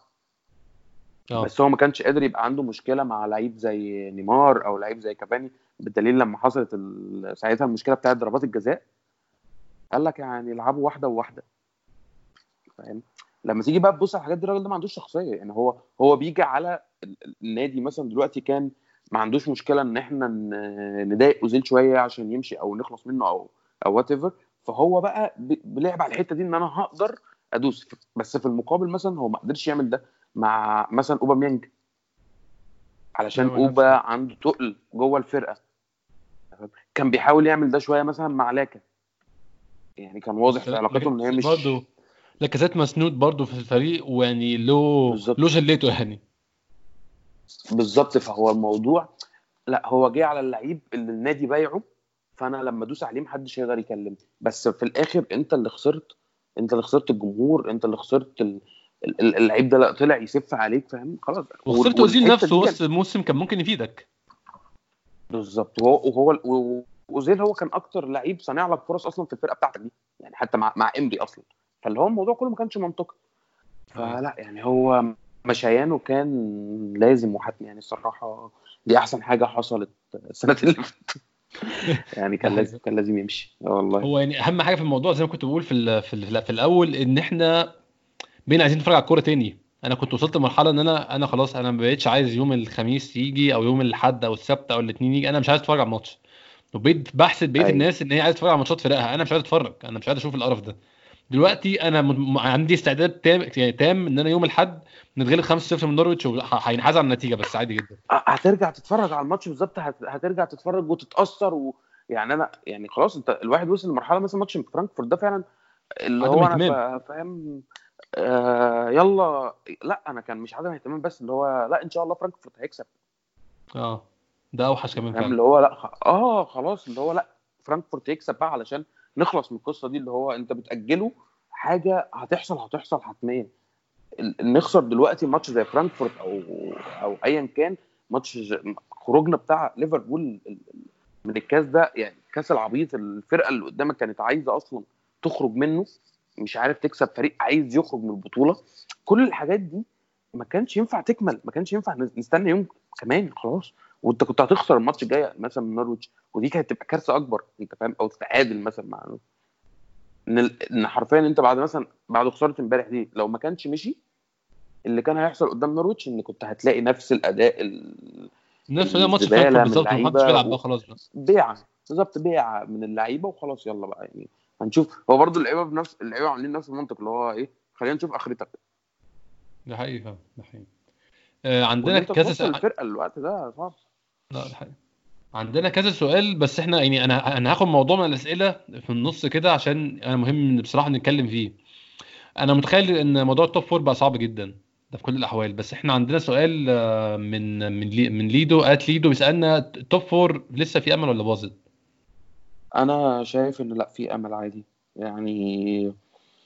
Speaker 1: اه
Speaker 2: بس هو ما كانش قادر يبقى عنده مشكله مع لعيب زي نيمار او لعيب زي كافاني، بالدليل لما حصلت ساعتها المشكله بتاعت ضربات الجزاء قال لك يعني يلعبوا واحده وواحده، فاهم. لما تيجي بقى تبص على الحاجات دي الراجل ده ما عندوش شخصيه، يعني هو بيجي على النادي مثلا دلوقتي كان ما عندوش مشكله ان احنا نضايق اوزيل شويه عشان يمشي او نخلص منه او وات ايفر. فهو بقى بيلعب على الحته دي ان انا هقدر ادوس، بس في المقابل مثلا هو ما قدرش يعمل ده مع مثلا اوباميانج، علشان
Speaker 1: هو
Speaker 2: اوبا
Speaker 1: نفسه.
Speaker 2: عنده تقل جوه الفرقه. كان بيحاول يعمل ده شويه مثلا مع لاكا، يعني كان واضح
Speaker 1: بس
Speaker 2: في علاقتهم ان هي مش
Speaker 1: برضه لاكازيت مسنود برضه في الفريق، ويعني له
Speaker 2: بالظبط.
Speaker 1: شلته يعني.
Speaker 2: بالظبط. فهو الموضوع لا، هو جه على اللعيب اللي النادي بايعه، فانا لما ادوس عليه محدش يقدر يكلمني، بس في الاخر انت اللي خسرت، انت اللي خسرت الجمهور، انت اللي خسرت اللعيب ده لا طلع يسف عليك، فاهم. خلاص
Speaker 1: وخسرت اوزيل
Speaker 2: والحته
Speaker 1: نفسه
Speaker 2: دي كان
Speaker 1: وسط الموسم، كان ممكن يفيدك.
Speaker 2: بالظبط. واوزيل هو كان اكتر لعيب صانع لك فرص اصلا في الفرقه بتاعتك دي، يعني حتى مع امري اصلا. فاللي هو الموضوع كله ما كانش منطقي.
Speaker 1: ايوه.
Speaker 2: فلا يعني هو مشيانه كان لازم وحتمي يعني الصراحه، دي احسن حاجه حصلت السنه اللي فاتت. يعني
Speaker 1: ده
Speaker 2: كان لازم
Speaker 1: حقيقة.
Speaker 2: كان لازم يمشي والله.
Speaker 1: هو يعني اهم حاجه في الموضوع زي ما كنت بقول في الاول، ان احنا بقينا عايزين نتفرج على الكوره تاني. انا كنت وصلت لمرحله ان انا خلاص، انا ما بقتش عايز يوم الخميس يجي او يوم الاحد او السبت او الاثنين يجي، انا مش عايز اتفرج على الماتش. وبقيت بحسد بقيه
Speaker 2: ايوه
Speaker 1: الناس ان هي عايزه تتفرج على ماتشات فرقها، انا مش عايز اتفرج، انا مش عايز اشوف القرف ده. دلوقتي انا عندي استعداد تام ان انا يوم الاحد نتغلب 5-0 من نورويتش، هينحاز على النتيجه بس عادي جدا.
Speaker 2: هترجع تتفرج على الماتش بالظبط، هترجع تتفرج وتتاثر يعني انا يعني خلاص، انت الواحد وصل لمرحله مثلا ماتش من فرانكفورت ده فعلا اللي
Speaker 1: عدم
Speaker 2: هو انا
Speaker 1: اهتمام.
Speaker 2: فاهم. يلا لا انا كان مش عدم اهتمام، بس اللي هو لا ان شاء الله فرانكفورت هيكسب،
Speaker 1: اه ده اوحش كمان
Speaker 2: فاهم.
Speaker 1: فعلا.
Speaker 2: اللي هو لا خلاص اللي هو لا فرانكفورت يكسب بقى علشان نخلص من القصه دي، اللي هو انت بتاجله حاجه هتحصل حتميا. نخسر دلوقتي ماتش زي فرانكفورت او ايا كان ماتش خروجنا بتاع ليفربول من الكاس ده، يعني كاس العبيط، الفرقه اللي قدامك كانت عايزه اصلا تخرج منه، مش عارف تكسب فريق عايز يخرج من البطوله. كل الحاجات دي ما كانش ينفع تكمل، ما كانش ينفع نستنى يوم كمان خلاص. وانت كنت هتخسر الماتش الجاي مثلا من نورويتش، ودي كانت تبقى كارثه اكبر، انت فاهم، او تتعادل مثلا مع ان حرفيا انت بعد مثلا بعد خساره امبارح دي لو ما كانش مشي، اللي كان هيحصل قدام نورويتش ان كنت هتلاقي نفس الاداء
Speaker 1: نفس ده ماتش فرانكفورت
Speaker 2: الزباله من
Speaker 1: بالظبط، محدش بيلعب
Speaker 2: اللعيبه،
Speaker 1: بقى خلاص بقى.
Speaker 2: بيعه بالظبط، بيعه من اللعيبه وخلاص، يلا بقى يعني هنشوف. هو برضو اللعيبه بنفس اللعيبه عاملين نفس المنطق اللي هو ايه، خلينا نشوف اخرتك.
Speaker 1: ده حقيقي فعلا، ده حقيقي.
Speaker 2: وان
Speaker 1: عندنا
Speaker 2: انت
Speaker 1: كذا
Speaker 2: توصل الفرقه الوقت ده صعب.
Speaker 1: لا ده حقيقي. عندنا كذا سؤال، بس احنا يعني انا هاخد موضوع من الاسئله في النص كده عشان انا مهم بصراحه نتكلم فيه. انا متخيل ان موضوع التوب فور بقى صعب جدا ده في كل الاحوال. بس احنا عندنا سؤال من ليدو ليدو بيسالنا التوب فور لسه في امل ولا باظت؟
Speaker 2: انا شايف ان لا، في امل عادي يعني.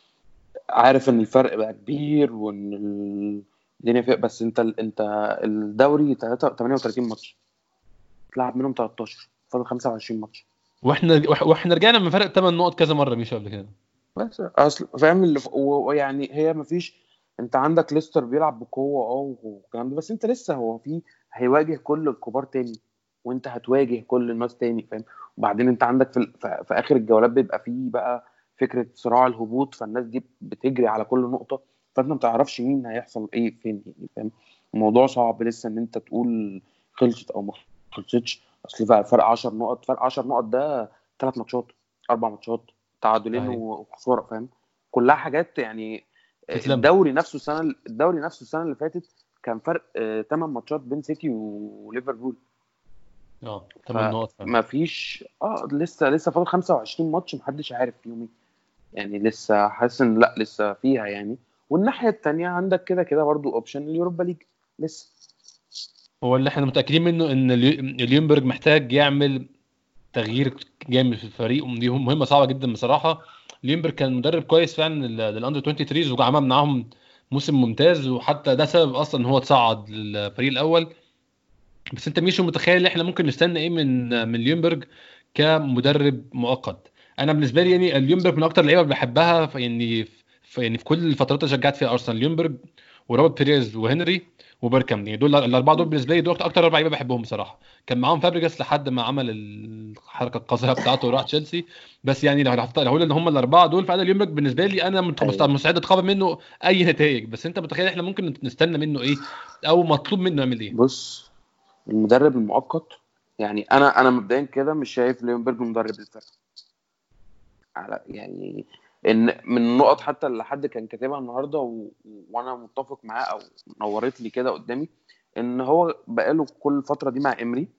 Speaker 2: عارف ان الفرق بقى كبير وان الدنيا فيها، بس انت الدوري 38 ماتش، تلعب منهم 13، فاضل 25 ماتش.
Speaker 1: واحنا رجعنا من فرق 8 نقط كذا مره مش قبل كده.
Speaker 2: بس اصل فاهم ويعني هي مفيش. انت عندك ليستر بيلعب بقوه والكلام ده، بس انت لسه هو هيواجه كل الكبار تاني، وانت هتواجه كل الناس تاني، فاهم. وبعدين انت عندك في اخر الجولات بيبقى فيه بقى فكره صراع الهبوط، فالناس دي بتجري على كل نقطه، فانت ما تعرفش مين هيحصل ايه فين يعني، فاهم. الموضوع صعب لسه ان انت تقول خلصت او ما خلصتش. اصل بقى فرق 10 نقط، فرق 10 نقط ده 3 ماتشات، 4 ماتشات، تعادلين
Speaker 1: صحيح.
Speaker 2: وخساره، فاهم. كلها حاجات يعني.
Speaker 1: تتلم.
Speaker 2: الدوري نفسه السنه اللي فاتت كان فرق 8 ماتشات بين سيتي وليفربول.
Speaker 1: اه 8 نقط فعلا.
Speaker 2: فما فيش لسه فاضل 25 ماتش، محدش عارف فيهم ايه يعني. لسه حاسس ان لا، لسه فيها يعني. والناحيه التانيه عندك كده كده برضو اوبشن اليوروبا ليج لسه.
Speaker 1: هو اللي احنا متاكدين منه ان اليونبرج محتاج يعمل تغيير جامد في الفريق، ودي مهمه صعبه جدا بصراحه. ليمبر كان مدرب كويس فعلا للاندر 23 وعمل معاهم موسم ممتاز، وحتى ده سبب اصلا ان هو تصعد للفريق الاول. بس انت مش متخيل احنا ممكن نستنى ايه من ليمبرج كمدرب مؤقت. انا بالنسبه لي يعني ليمبرج من اكتر اللعيبه اللي بحبها يعني في كل الفترات اللي شجعت فيها ارسنال، ليمبرج وروبرت بيريز وهنري وبيركام. يعني دول الاربعه دول بالنسبه لي دول اكتر اربع لعيبه بحبهم بصراحه. كان معاهم فابريجاس لحد ما عمل الحركه القذره بتاعته وراح تشيلسي. بس يعني لو هقول ان هم الاربعه دول، فانا ليمبرج بالنسبه لي انا
Speaker 2: ايوه.
Speaker 1: مستعد اتقبل منه اي نتائج. بس انت متخيل احنا ممكن نستنى منه ايه او مطلوب منه يعمل ايه؟
Speaker 2: بص، المدرب المؤقت يعني، انا مبدئيا كده مش شايف ليونبرج مدرب الفرقه على يعني. ان من النقط حتى اللي حد كان كاتبها النهارده وانا متفق معاه، او نورت لي كده قدامي، ان هو بقاله كل الفتره دي مع امري،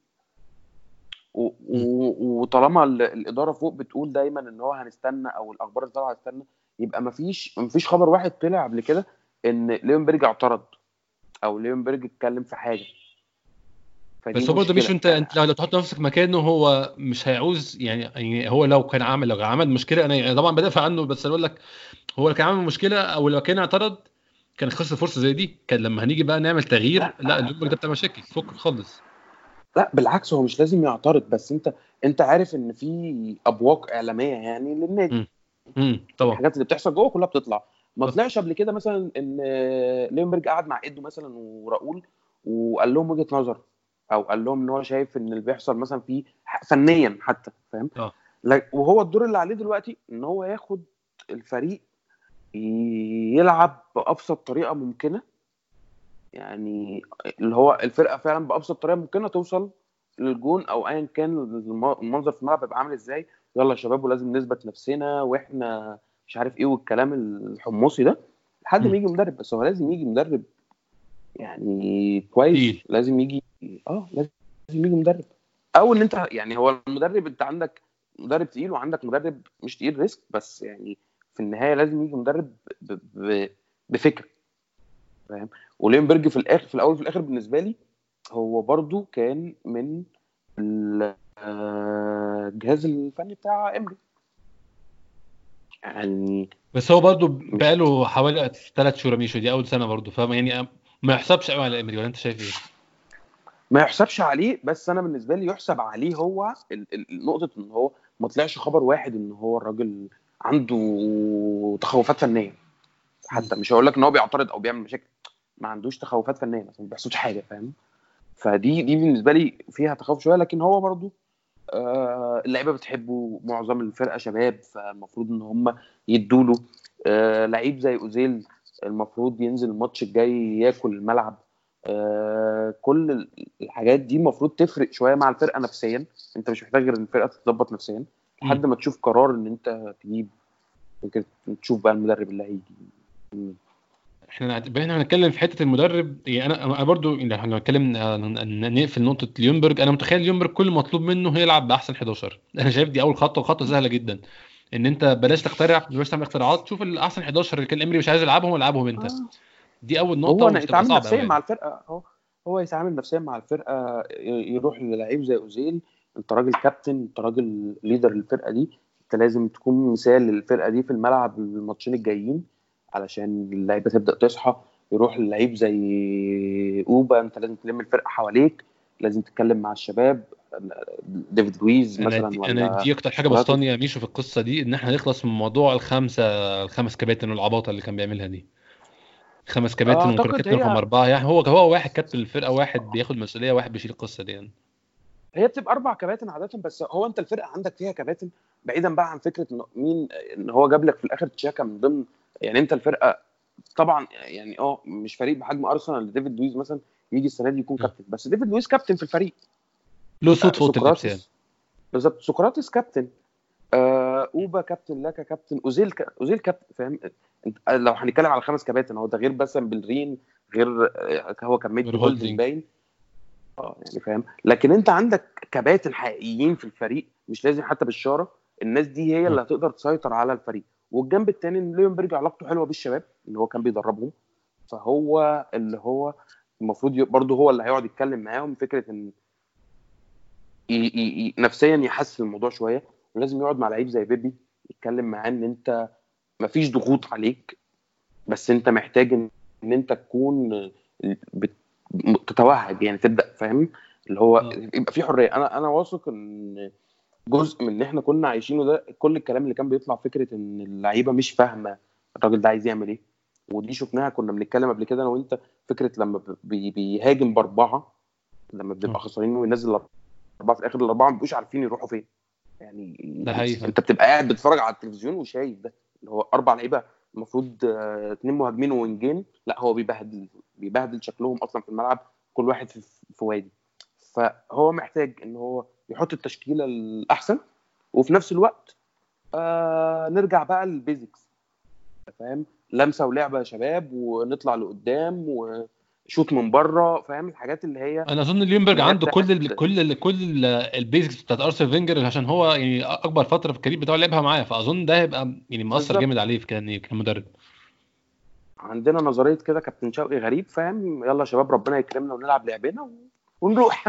Speaker 2: وطالما الاداره فوق بتقول دايما ان هو هنستنى، او الاخبار اللي طالعه هنستنى، يبقى مفيش خبر واحد طلع قبل كده ان ليونبرج اعترض او ليونبرج اتكلم في حاجه. فدي
Speaker 1: بس هو برضه مش
Speaker 2: مشكله
Speaker 1: انت
Speaker 2: يعني.
Speaker 1: لو تحط نفسك مكانه هو مش هيعوز يعني هو لو عمل مشكله، انا يعني طبعا بدافع عنه، بس اقول لك هو لو كان عامل مشكله او لو كان اعترض كان خسر فرصه زي دي. كان لما هنيجي بقى نعمل تغيير،
Speaker 2: لا
Speaker 1: لا الليفر ده بتاع مشاكل فك خالص.
Speaker 2: لا، بالعكس، هو مش لازم يعترض، بس انت عارف ان في ابواق اعلاميه يعني للنادي.
Speaker 1: طبعا.
Speaker 2: الحاجات اللي بتحصل جوه كلها بتطلع. ما
Speaker 1: صح.
Speaker 2: طلعش قبل كده مثلا ان ليونبرج قعد مع ايدو مثلا وراؤول، وقال لهم وجهه نظر، او قال لهم ان هو شايف ان اللي بيحصل مثلا فيه فنيا حتى، فاهم.
Speaker 1: اه
Speaker 2: وهو الدور اللي عليه دلوقتي ان هو ياخد الفريق يلعب بابسط طريقه ممكنه يعني. اللي هو الفرقه فعلا بابسط طريقه ممكنه توصل للجون، او ايا كان المنظر في الملعب يبقى عامل ازاي. يلا يا شباب، ولازم نثبت نفسنا، واحنا مش عارف ايه والكلام الحمصي ده، لحد ما
Speaker 1: امم
Speaker 2: يجي مدرب. بس هو لازم يجي مدرب يعني كويس،
Speaker 1: تقيل.
Speaker 2: لازم يجي. لازم يجي مدرب. او ان انت يعني، هو المدرب انت عندك مدرب تقيل وعندك مدرب مش تقيل، ريسك، بس يعني في النهايه لازم يجي مدرب بفكر، فاهم. ولينبرج في الاول وفي الاخر بالنسبه لي هو برضو كان من الجهاز الفني بتاع امري يعني.
Speaker 1: بس هو برضه
Speaker 2: مش
Speaker 1: بقاله حوالي 3 شهور مشوا، دي اول سنه برضه، فاهم يعني ما يحسبش قوي على امري، ولا انت شايف ايه؟
Speaker 2: ما يحسبش عليه، بس انا بالنسبه لي يحسب عليه هو نقطه ان هو ما طلعش خبر واحد ان هو الراجل عنده تخوفات فنيه.
Speaker 1: مم.
Speaker 2: حتى مش هقول لك ان هو بيعترض او بيعمل مشاكل، ما عندوش تخوفات فنيه مثلا، ما بيحصلش حاجه، فاهم. فدي بالنسبه لي فيها تخوف شويه، لكن هو برضو اللعيبه بتحبه، معظم الفرقه شباب، فالمفروض ان هم يدوا له. لعيب زي اوزيل المفروض ينزل الماتش الجاي ياكل الملعب. كل الحاجات دي المفروض تفرق شويه مع الفرقه نفسيا. انت مش محتاج غير ان الفرقه تتظبط نفسيا
Speaker 1: مم.
Speaker 2: لحد ما تشوف قرار ان انت تجيب فكره، تشوف بقى المدرب اللي هيجي.
Speaker 1: احنا هنتكلم في حته المدرب. يعني انا برضو يعني احنا هنتكلم نقفل نقطه ليونبرج. انا متخيل ليونبرج كل مطلوب منه هو يلعب باحسن 11. انا شايف دي اول خطوه، وخطوه سهله جدا. ان انت بلاش تخترع، بلاش تعمل اختراعات، شوف الاحسن 11 اللي كان امري مش عايز يلعبهم والعبهم انت.
Speaker 2: آه.
Speaker 1: دي اول نقطه
Speaker 2: هو
Speaker 1: ومش تبقى
Speaker 2: يتعامل
Speaker 1: صعبه قوي
Speaker 2: نفسيا مع
Speaker 1: يعني.
Speaker 2: الفرقه، هو يتعامل نفسيا مع الفرقه، يروح للعيب زي اوزيل. انت راجل كابتن، انت راجل ليدر الفرقه دي، انت لازم تكون مثال للفرقه دي في الملعب الماتشين الجايين علشان اللعيبه تبدا تصحى. يروح للعيب زي اوبا، انت لازم تلم الفرقه حواليك، لازم تتكلم مع الشباب، ديفيد لويز مثلا
Speaker 1: انا
Speaker 2: ولا
Speaker 1: دي اكتر حاجه
Speaker 2: سقراطي.
Speaker 1: بسطاني يا ميشو في القصه دي، ان احنا نخلص من موضوع الخمس كباتن والعباطه اللي كان بيعملها دي. 5 كباتن
Speaker 2: اعتقد
Speaker 1: وكابتن رقم
Speaker 2: هي
Speaker 1: 4، يعني هو واحد كابتن الفرقه، واحد بياخد مسؤوليه، واحد بيشيل القصه دي يعني.
Speaker 2: هي بتبقى 4 كباتن عادة، بس هو انت الفرقة عندك فيها كباتن، بعيدا بقى عن فكرة انه مين، ان هو جاب لك في الاخر تشاكا من ضمن. يعني انت الفرقة طبعا يعني مش فريق بحجم ارسنال ديفيد لويز مثلا يجي السنة دي يكون كابتن، بس ديفيد لويز كابتن في الفريق.
Speaker 1: له صوت في اوضه اللبس يعني.
Speaker 2: سقراطس، بالظبط، سقراطس كابتن. اوبا كابتن، لاكا كابتن، اوزيل كابتن، فاهم؟ انت لو هنتكلم على 5 كباتن، هو ده غير مثلا بالرين، غير هو كان
Speaker 1: غير
Speaker 2: ميدي هولدنج
Speaker 1: هولدنج.
Speaker 2: باين. يعني فاهم، لكن انت عندك كباتن حقيقيين في الفريق، مش لازم حتى بالشاره، الناس دي هي اللي هتقدر تسيطر على الفريق. والجنب الثاني ان ليونبرج علاقته حلوه بالشباب اللي هو كان بيدربهم، فهو اللي هو المفروض برضه هو اللي هيقعد يتكلم معاهم فكره ان نفسيا يحسن الموضوع شويه. ولازم يقعد مع لعيب زي بيبي يتكلم معاه ان انت مفيش ضغوط عليك، بس انت محتاج ان انت تكون بت- تتوهج، يعني تبدا، فاهم؟ اللي هو
Speaker 1: اه
Speaker 2: يبقى في حريه. انا واثق ان جزء من اللي احنا كنا عايشينه ده، كل الكلام اللي كان بيطلع فكره ان اللعيبه مش فاهمه الراجل ده عايز يعمل ايه. ودي شفناها، كنا بنتكلم قبل كده انا وانت، فكره لما بيهاجم باربعه، لما بنبقى خسرانين وينزل الاربعه في الاخر، الاربعه ما بيبقوش عارفين يروحوا فين. يعني
Speaker 1: ده حقيقي.
Speaker 2: انت بتبقى قاعد بتتفرج على التلفزيون وشايف ده، اللي هو 4 لعيبه المفروض 2 مهاجمين ووينجين، لا هو بيبهدل شكلهم اصلا في الملعب، كل واحد في وادي. فهو محتاج ان هو يحط التشكيله الاحسن، وفي نفس الوقت نرجع بقى للبيزكس، فاهم؟ لمسه ولعبه يا شباب، ونطلع لقدام وشوط من بره، فاهم الحاجات اللي هي
Speaker 1: انا اظن ليونبرج
Speaker 2: اللي هي
Speaker 1: عنده
Speaker 2: بتاعت.
Speaker 1: كل البيزكس بتاعت ارسنال فينجر، عشان هو يعني اكبر فتره في الكارير بتاعه لعبها معاه، فاظن ده هيبقى يعني مؤثر جامد
Speaker 2: بالظبط،
Speaker 1: عليه كمدرب.
Speaker 2: عندنا نظريه كده كابتن شوقي غريب، فاهم؟ يلا يا شباب ربنا يكرمنا ونلعب لعبنا ونروح.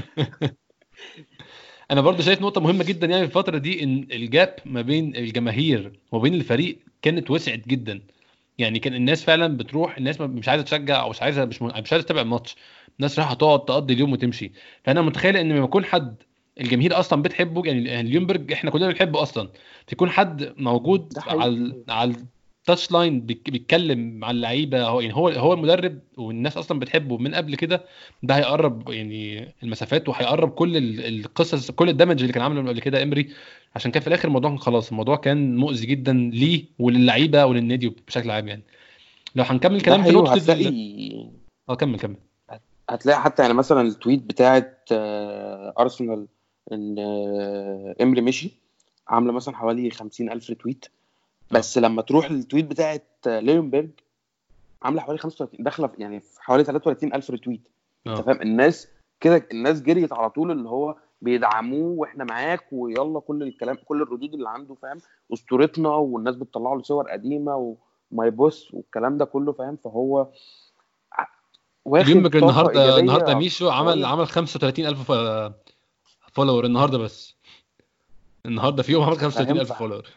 Speaker 1: انا برضو شايف نقطه مهمه جدا يعني في الفتره دي، ان الجاب ما بين الجماهير وبين الفريق كانت وسعت جدا. يعني كان الناس فعلا بتروح، الناس مش عايزه تشجع او مش عايزه تتابع الماتش، الناس رايحه تقعد تقضي اليوم وتمشي. فانا متخيل ان لما يكون حد الجماهير اصلا بتحبه، يعني اليومبرج احنا كلنا بنحبه اصلا، تكون حد موجود
Speaker 2: ده
Speaker 1: على
Speaker 2: حقيقي.
Speaker 1: التاتش لاين بيتكلم مع اللعيبه، هو يعني هو المدرب والناس اصلا بتحبه من قبل كده. ده هيقرب يعني المسافات، وهيقرب كل القصص، كل الدمج اللي كان عامله من قبل كده امري. عشان كان في الاخر الموضوع كان خلاص، الموضوع كان مؤذي جدا ليه وللعيبه وللنادي بشكل عام يعني. لو هنكمل
Speaker 2: ده
Speaker 1: كلام في
Speaker 2: حقيقي،
Speaker 1: نقطه
Speaker 2: وهتلاقي
Speaker 1: كمل.
Speaker 2: هتلاقي حتى يعني مثلا التويت بتاعت ارسنال ان امري مشي، عامله مثلا حوالي 50,000 ريتويت.
Speaker 1: اه
Speaker 2: بس لما تروح للتويت بتاعت ليونبرج، عامله حوالي 35، داخله يعني في حوالي 33,000 ريتويت. انت
Speaker 1: اه
Speaker 2: فاهم الناس كده، الناس جريت على طول اللي هو بيدعموه واحنا معاك، ويلا كل الكلام، كل الردود اللي عنده، فاهم؟ اسطورتنا، والناس بتطلع له صور قديمه وماي بوس والكلام ده كله، فاهم؟ فهو واخد
Speaker 1: اليومبرج
Speaker 2: طاقه
Speaker 1: النهارده
Speaker 2: ايجابيه
Speaker 1: ميشو عمل
Speaker 2: قويه.
Speaker 1: 35,000 فولور النهارده بس. النهارده في يوم عمل
Speaker 2: فاهم
Speaker 1: 35,000 فولور.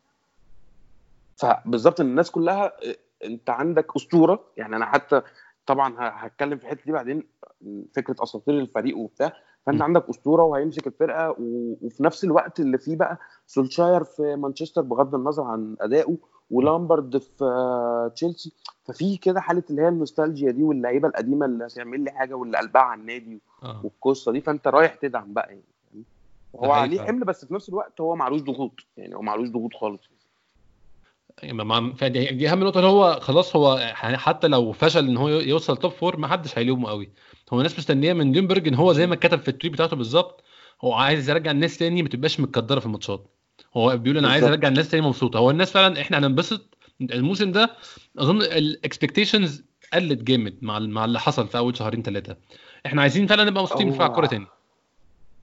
Speaker 2: فبالظبط الناس كلها، انت عندك اسطوره. يعني انا حتى طبعا هتكلم في الحته دي بعدين، فكره اساطير الفريق وبتاع. فانت
Speaker 1: مم.
Speaker 2: عندك اسطوره وهيمسك الفرقه، وفي نفس الوقت اللي فيه بقى سولشاير في مانشستر بغض النظر عن ادائه،
Speaker 1: مم.
Speaker 2: ولامبرد في تشيلسي. ففي كده حاله اللي هي النوستالجيا دي، واللعيبه القديمه اللي هتعمل لي حاجه واللي قلبها على النادي
Speaker 1: اه
Speaker 2: والقصه دي، فانت رايح تدعم بقى يعني.
Speaker 1: ده
Speaker 2: هو
Speaker 1: حقيقي
Speaker 2: عليه
Speaker 1: فعلا.
Speaker 2: حمل، بس في نفس الوقت هو معلوش ضغوط، يعني هو معلوش ضغوط خالص.
Speaker 1: يعني دي اهم نقطه، اللي هو خلاص هو يعني حتى لو فشل ان هو يوصل توب فور ما حدش هيلومه قوي. هو الناس مستنيه من ليمبرج ان هو زي ما اتكتب في التويت بتاعته بالظبط، هو عايز يرجع الناس تاني ما تبقاش متقدره في الماتشات. هو بيقول انا عايز ارجع
Speaker 2: بالظبط.
Speaker 1: الناس تاني مبسوطه. هو الناس فعلا احنا هننبسط الموسم ده. اظن الاكسبكتيشنز قلت جامد مع اللي حصل في اول شهرين 3. احنا عايزين فعلا نبقى مبسوطين بنتفرج على
Speaker 2: هو
Speaker 1: الكوره تاني.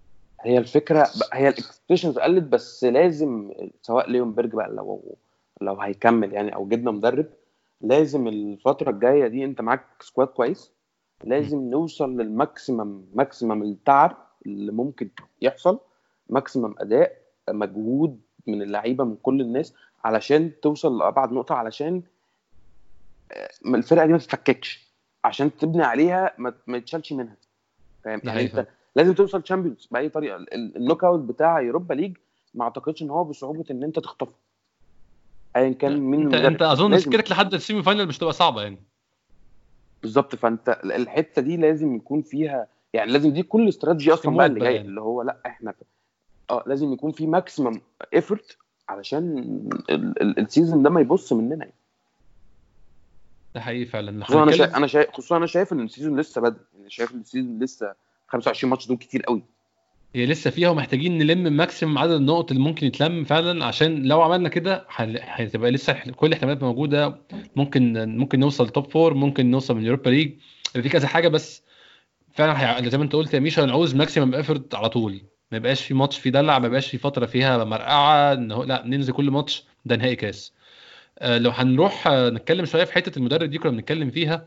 Speaker 2: هي الفكره هي الاكسبكتيشنز قلت، بس لازم سواء ليونبرج بقى لو هيكمل يعني، او جبنا مدرب، لازم الفتره الجايه دي انت معاك سكواد كويس، لازم نوصل ماكسيمم التعب اللي ممكن يحصل، ماكسيمم اداء، مجهود من اللعيبه من كل الناس، علشان توصل لابعد نقطه، علشان الفرقه دي ما تتفككش، عشان تبني عليها ما يتشالش منها، فاهم
Speaker 1: ده
Speaker 2: يعني؟
Speaker 1: حقيقي.
Speaker 2: انت لازم توصل تشامبيونز باي طريقه. النوك اوت بتاع يوروبا ليج ما اعتقدش ان هو بصعوبه ان انت تخطفه ايا كان مين
Speaker 1: انت
Speaker 2: المدرب،
Speaker 1: اظن
Speaker 2: لازم.
Speaker 1: سكتك لحد السيمي فاينل مش تبقى صعبه يعني.
Speaker 2: بالظبط، فانت الحته دي لازم يكون فيها يعني، لازم دي كل استراتيجي
Speaker 1: في
Speaker 2: اصلا بقى
Speaker 1: مود
Speaker 2: اللي
Speaker 1: بقى
Speaker 2: جاي،
Speaker 1: يعني.
Speaker 2: اللي هو لا احنا لازم يكون في ماكسيمم ايفورت علشان السيزون ده ما يبص مننا يعني.
Speaker 1: ده حقيقي فعلا. لو
Speaker 2: خصوصا
Speaker 1: هنتكلم،
Speaker 2: انا شايف ان السيزون لسه بدري يعني، شايف ان السيزون لسه 25 ماتش دول كتير قوي.
Speaker 1: هي لسه فيها ومحتاجين نلم ماكسيمم عدد النقط اللي ممكن يتلم فعلا، عشان لو عملنا كده هتبقى لسه كل الاحتمالات موجوده. ممكن نوصل توب فور، ممكن نوصل من يوروبا ليج، في كذا حاجه. بس فعلا زي ما انت قلت يا ميشا، هنعوز ماكسيمم ايفورت على طول. ما يبقاش في ماتش فيه دلع، ما يبقاش في فتره فيها مرقعه، لا ننزل كل ماتش ده نهائي كاس. لو هنروح نتكلم شويه في حته المدرب دي كنا بنتكلم فيها.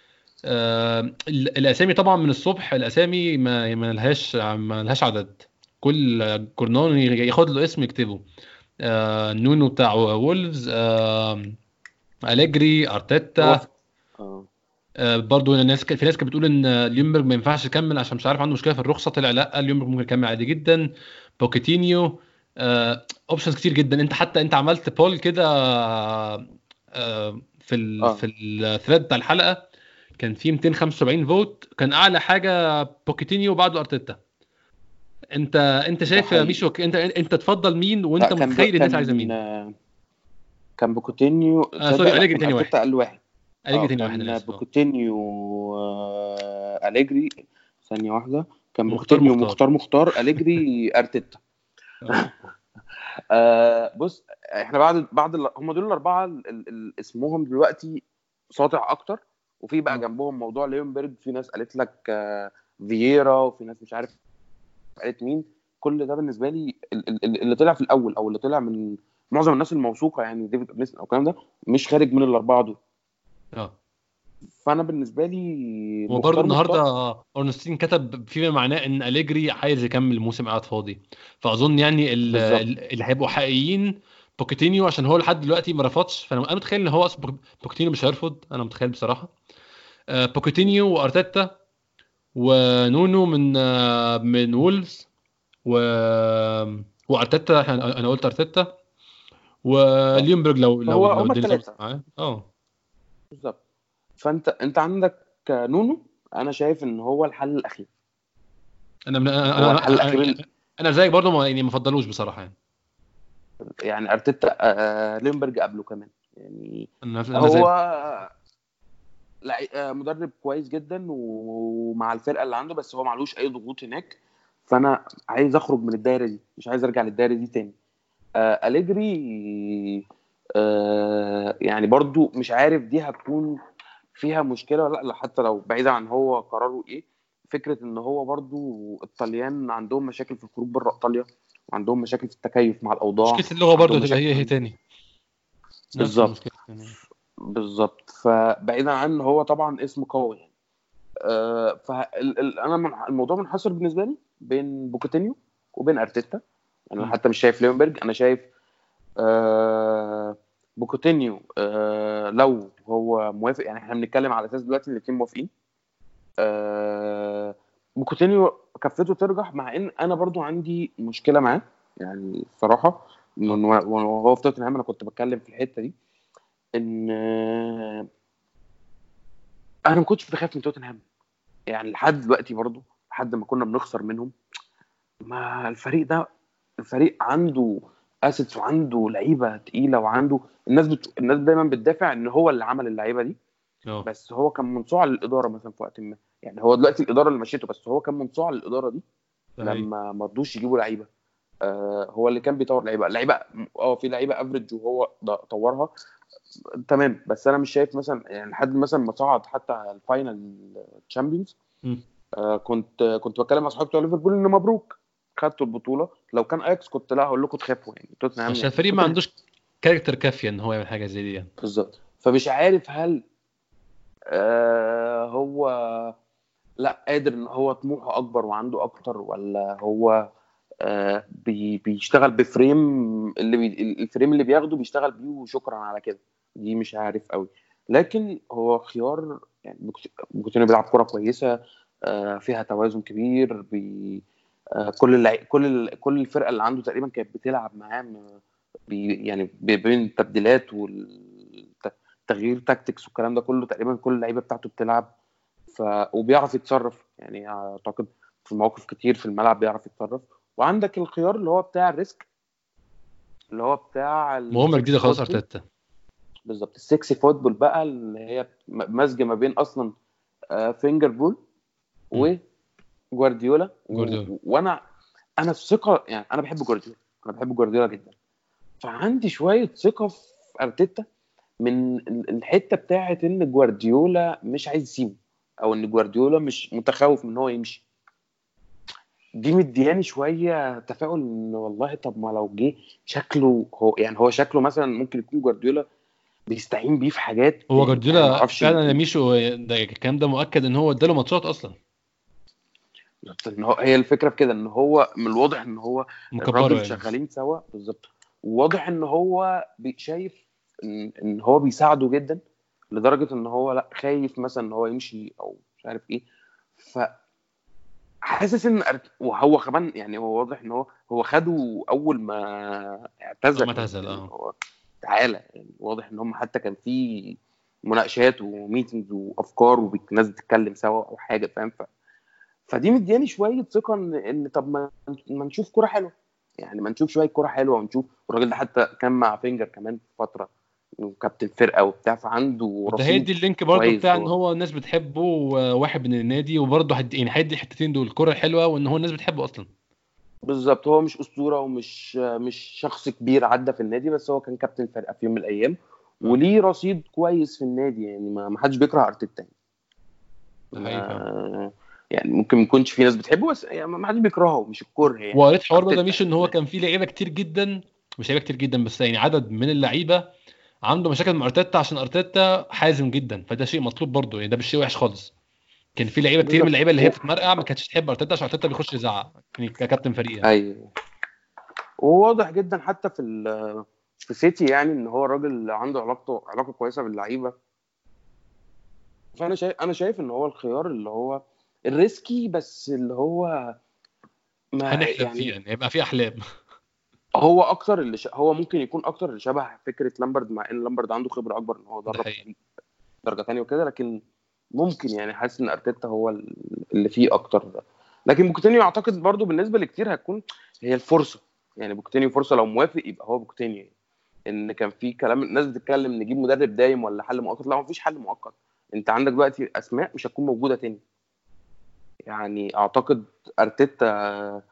Speaker 1: الاسامي طبعا من الصبح، الاسامي ما لهاش عدد. كل جورنال ياخد له اسم يكتبه. نونو بتاع وولفز، أليجري،
Speaker 2: هو
Speaker 1: ارتيتا.
Speaker 2: آه.
Speaker 1: برضو في ناس كانت بتقول ان ليومبرج ما ينفعش يكمل عشان مش عارف عنده مشكله في الرخصه، طلع لا ليومبرج ممكن يكمل عادي جدا. بوكيتينيو. اوبشنز كتير جدا. انت عملت بول كده في
Speaker 2: اه
Speaker 1: الثريد بتاع الحلقه، كان في 275 فوت، كان اعلى حاجه بوكيتينيو وبعده ارتيتا. انت
Speaker 2: ده
Speaker 1: شايف يا
Speaker 2: حقيقي.
Speaker 1: ميشو، انت تفضل مين
Speaker 2: لا
Speaker 1: وانت
Speaker 2: كان
Speaker 1: متخيل الناس عايزه مين؟
Speaker 2: كان بوكوتينيو، تصدق
Speaker 1: سوري،
Speaker 2: لا
Speaker 1: أليجري
Speaker 2: كان
Speaker 1: تاني واحد.
Speaker 2: ارتيتا اقل واحد.
Speaker 1: أليجري تاني واحد، انا
Speaker 2: كان
Speaker 1: اسف.
Speaker 2: بوكوتينيو، أليجري، ثانية واحدة، كان
Speaker 1: ومختار
Speaker 2: بوكوتينيو
Speaker 1: مختار.
Speaker 2: مختار أليجري ارتيتا.
Speaker 1: اه.
Speaker 2: بص، احنا هم دول الأربعة اسمهم دلوقتي ساطع أكتر، وفي بقى
Speaker 1: اه.
Speaker 2: جنبهم موضوع ليونبرج، في ناس قالت لك فييرا، وفي ناس مش عارف قالت مين. كل ده بالنسبة لي اللي طلع في الأول، أو اللي طلع من معظم الناس الموثوقة يعني، ديفيد أورنستين أو الكلام ده، مش خارج من الأربعة دول.
Speaker 1: اه.
Speaker 2: فانا بالنسبه لي
Speaker 1: وبرضه النهارده
Speaker 2: مختار.
Speaker 1: اورنستين كتب فيما معناه ان أليجري عايز يكمل الموسم قاعد فاضي. فاظن يعني
Speaker 2: بالظبط.
Speaker 1: اللي هيبقوا حقيقيين بوكيتينيو، عشان هو لحد دلوقتي ما رفضش. فانا متخيل ان هو اصلا بوكيتينيو مش هيرفض، انا متخيل بصراحه. بوكيتينيو وارتيتا ونونو من وولفز و وارتيتا. انا قلت ارتيتا
Speaker 2: اه
Speaker 1: وليونبرج لو
Speaker 2: فهو
Speaker 1: لو
Speaker 2: هما
Speaker 1: الدنيا ظبطت
Speaker 2: الثلاثه
Speaker 1: معاه. اه.
Speaker 2: بالظبط. فانت عندك نونو، انا شايف ان هو الحل الاخير.
Speaker 1: انا انا
Speaker 2: هو
Speaker 1: انا
Speaker 2: الحل الاخير
Speaker 1: انا, أنا زيك برضه، يعني ما فضلوش بصراحه يعني.
Speaker 2: يعني ارتيتا ليمبرج قبله كمان يعني.
Speaker 1: انا
Speaker 2: هو
Speaker 1: زيك.
Speaker 2: مدرب كويس جدا ومع الفرقه اللي عنده، بس هو معلوش اي ضغوط هناك، فانا عايز اخرج من الدايره دي، مش عايز ارجع للدايره دي تاني. أليجري يعني برضو مش عارف دي هتكون فيها مشكله ولا لا، حتى لو بعيدا عن هو قراره ايه. فكره ان هو برضو الطليان عندهم مشاكل في الخروج بره ايطاليا، وعندهم مشاكل في التكيف مع الاوضاع،
Speaker 1: مشكله اللغه برضه
Speaker 2: عندهم
Speaker 1: هتبقى
Speaker 2: مشاكل
Speaker 1: هي تاني. نفس
Speaker 2: بالظبط.
Speaker 1: المشكله الثانيه.
Speaker 2: بالظبط، فبعيدا عن ان هو طبعا اسم قوي يعني. الموضوع منحصر بالنسبه لي بين بوكيتينيو وبين ارتيتا. انا حتى مش شايف ليونبرج، انا شايف بوكوتينيو. لو هو موافق يعني، احنا بنتكلم على اساس دلوقتي ان الاثنين موافقين. بوكوتينيو كفته ترجح، مع ان انا برضو عندي مشكله معاه يعني الصراحه.
Speaker 1: اه.
Speaker 2: وهو في توتنهام انا كنت بتكلم في الحته دي، ان انا ما كنتش بخاف من توتنهام يعني لحد دلوقتي برضو، لحد ما كنا بنخسر منهم. ما الفريق عنده اسيتس، وعنده لعيبه تقيله، وعنده الناس دايما بتدافع ان هو اللي عمل اللعيبه دي،
Speaker 1: اه.
Speaker 2: بس هو كان منصوع للاداره مثلا في وقت ما يعني. هو دلوقتي الاداره اللي مشيته، بس هو كان منصوع للاداره دي
Speaker 1: ده هي.
Speaker 2: لما ما رضوش يجيبوا لعيبه. هو اللي كان بيطور لعيبه في لعيبه افريج وهو طورها تمام. بس انا مش شايف مثلا يعني لحد مثلا ما صعد حتى الفاينل تشامبيونز.
Speaker 1: مم.
Speaker 2: كنت بتكلم مع اصحابي بتوع ليفربول ان مبروك خدتوا البطوله. لو كان اياكس كنت لا هقول لكم تخافوا يعني توتنهام
Speaker 1: عشان
Speaker 2: يعني
Speaker 1: الفريق ما عندوش كاركتر كافيه ان هو يعمل حاجه زي دي يعني.
Speaker 2: بالظبط. فمش عارف هل هو لا قادر ان هو طموحه اكبر وعنده اكتر، ولا هو بيشتغل بفريم الفريم اللي بياخده بيشتغل بيه وشكرا على كده. دي مش عارف قوي، لكن هو خيار يعني. بوكوتينيو بيلعب كرة كويسة فيها توازن كبير. كل الفرقة اللي عنده تقريبا كانت بتلعب معاه يعني بين التبديلات والتغيير تاكتكس والكلام ده كله. تقريبا كل اللعيبة بتاعته بتلعب وبيعرف يتصرف يعني. اعتقد في مواقف كتير في الملعب بيعرف يتصرف. وعندك الخيار اللي هو بتاع الريسك، اللي هو بتاع
Speaker 1: مهمه جديده
Speaker 2: السكسي
Speaker 1: خلاص
Speaker 2: فوتبول.
Speaker 1: ارتيتا.
Speaker 2: بالظبط السكسي فوتبول بقى، اللي هي مزج ما بين اصلا فينجر بول وجوارديولا
Speaker 1: جوارديولا
Speaker 2: وانا الثقه يعني. انا بحب جوارديولا، انا بحب جوارديولا جدا. فعندي شويه ثقه في ارتيتا من الحته بتاعه ان جوارديولا مش عايز يسيبه، او ان جوارديولا مش متخوف من ان هو يمشي. دي مدياني شويه تفاؤل ان والله طب ما لو جه شكله هو يعني، هو شكله مثلا ممكن يكون جوارديولا بيستعين بيه في حاجات
Speaker 1: هو
Speaker 2: يعني ما
Speaker 1: جوارديولا
Speaker 2: اعرفش.
Speaker 1: فعلا يا ميشو، ده الكلام ده مؤكد ان هو اداله ماتشات اصلا
Speaker 2: ان هو هي الفكره في كده ان هو من الواضح ان هو
Speaker 1: مكبره
Speaker 2: الراجل
Speaker 1: يعني.
Speaker 2: شغالين سوا. بالظبط. واضح ان هو شايف ان هو بيساعده جدا، لدرجه ان هو لا خايف مثلا ان هو يمشي او مش عارف ايه. فحاسس ان وهو كمان يعني هو واضح ان هو خده اول ما اعتزل
Speaker 1: ما
Speaker 2: يعني.
Speaker 1: اعتزل
Speaker 2: ان هو تعالى يعني. واضح ان هم حتى كان في مناقشات وميتنجز وافكار والناس بتتكلم سوا او حاجه فاهم. فدي مدياني شويه ثقه ان طب ما نشوف كوره حلوه يعني. ما نشوف شويه كوره حلوه ونشوف. الراجل ده حتى كان مع فينجر كمان في فتره وكابتن فرقه وبتاع، فعنده
Speaker 1: وده
Speaker 2: رصيد
Speaker 1: هيدي اللينك برضو
Speaker 2: كويس
Speaker 1: بتاع ان
Speaker 2: جوه.
Speaker 1: هو الناس بتحبه وواحد من النادي، وبرضه يعني هيدي الحتتين دول الكرة الحلوة وان هو الناس بتحبه اصلا.
Speaker 2: بالظبط. هو مش اسطوره ومش شخص كبير عدى في النادي، بس هو كان كابتن فرقه في يوم من الايام
Speaker 1: اه
Speaker 2: وليه رصيد كويس في النادي يعني. ما حدش بيكره ارتيتا
Speaker 1: ده حقيقي فعلا.
Speaker 2: يعني ممكن ما يكونش في ناس بتحبه، بس يعني ما حدش بيكرهه، مش الكره يعني.
Speaker 1: وقريت حوار بقى ده
Speaker 2: ارتيتا
Speaker 1: ميشو ان
Speaker 2: يعني
Speaker 1: هو
Speaker 2: فاهم.
Speaker 1: كان في لعيبه كتير جدا، مش لعيبه كتير جدا بس يعني عدد من اللعيبه عنده مشاكل مع ارتيتا عشان ارتيتا حازم جدا، فده شيء مطلوب برضه يعني، ده مش شيء وحش خالص. كان في لعيبه كتير من
Speaker 2: بالظبط.
Speaker 1: اللعيبه اللي هي بتتمرقع ما كانتش تحب ارتيتا عشان ارتيتا بيخش يزعق يعني ككابتن فريق يعني.
Speaker 2: ايوه. وواضح جدا حتى في سيتي يعني ان هو الراجل عنده علاقه كويسه باللعيبه. فانا شايف ان هو الخيار اللي هو الريسكي، بس اللي هو ما
Speaker 1: هنحلم فيه
Speaker 2: يعني.
Speaker 1: يعني، هيبقى فيه احلام.
Speaker 2: هو اكتر هو ممكن يكون اكتر اللي شبه فكره لامبرد، مع ان لامبرد عنده خبره اكبر ان هو
Speaker 1: ده
Speaker 2: درب
Speaker 1: حقيقي.
Speaker 2: فريق درجه تانية وكده. لكن ممكن يعني حاسس ان ارتيتا هو اللي فيه اكتر. لكن بوكوتينيو اعتقد برضو بالنسبه لكتير هتكون هي الفرصه يعني. بوكوتينيو فرصه لو موافق يبقى هو بوكوتينيو يعني. ان كان في كلام الناس بتتكلم نجيب مدرب دايم ولا حل مؤقت. لا مفيش حل مؤقت. انت عندك دلوقتي اسماء مش هتكون موجوده تاني يعني. اعتقد ارتيتا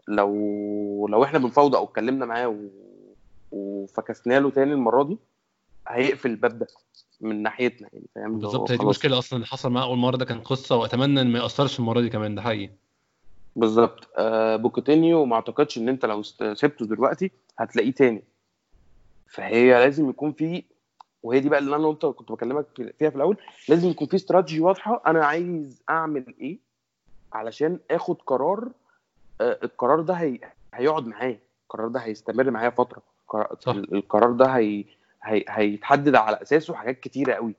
Speaker 2: لو احنا بنفاوض او اتكلمنا معاه وفكسنا له تاني المره دي، هيقفل الباب ده من ناحيتنا يعني فاهم. اللي هو
Speaker 1: بالظبط، هي دي
Speaker 2: خلاص.
Speaker 1: مشكله اصلا اللي حصل معاه اول مره، ده كان قصه، واتمنى ان ما ياثرش المره دي كمان، ده حقيقي.
Speaker 2: بالظبط. بوكوتينيو ما اعتقدش ان انت لو سبته دلوقتي هتلاقيه تاني. فهي لازم يكون في، وهي دي بقى اللي انا كنت بكلمك فيها في الاول. لازم يكون في استراتيجي واضحه انا عايز اعمل ايه علشان اخد قرار. القرار ده هيقعد معايا. القرار ده هيستمر معايا فتره.
Speaker 1: صح.
Speaker 2: القرار ده هيتحدد على اساسه حاجات كتيره قوي.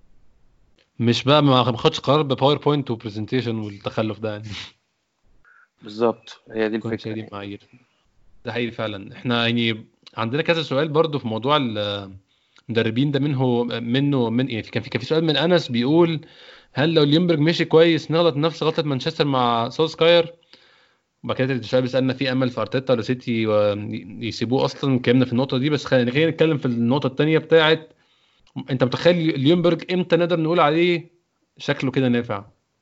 Speaker 1: مش بقى ما خدش قرار بباوربوينت وبرزنتيشن والتخلف ده يعني.
Speaker 2: بالظبط هي دي
Speaker 1: ما كانش هي
Speaker 2: الفكره
Speaker 1: دي
Speaker 2: يعني.
Speaker 1: المعايير. ده حقيقي فعلا. احنا يعني عندنا كذا سؤال برضو في موضوع المدربين ده، من يعني كان في سؤال من انس بيقول هل لو ليمبرج مشي كويس نغلط نفس غلطة مانشستر مع سولسكاير؟ وبعد كده الشباب بيسألنا في امل في ارتيتا ولا سيتي يسيبوه اصلا. اتكلمنا في النقطة دي، بس خلينا نتكلم في النقطة التانية بتاعت انت متخيل ليمبرج امتى نقدر نقول عليه شكله كده نافع؟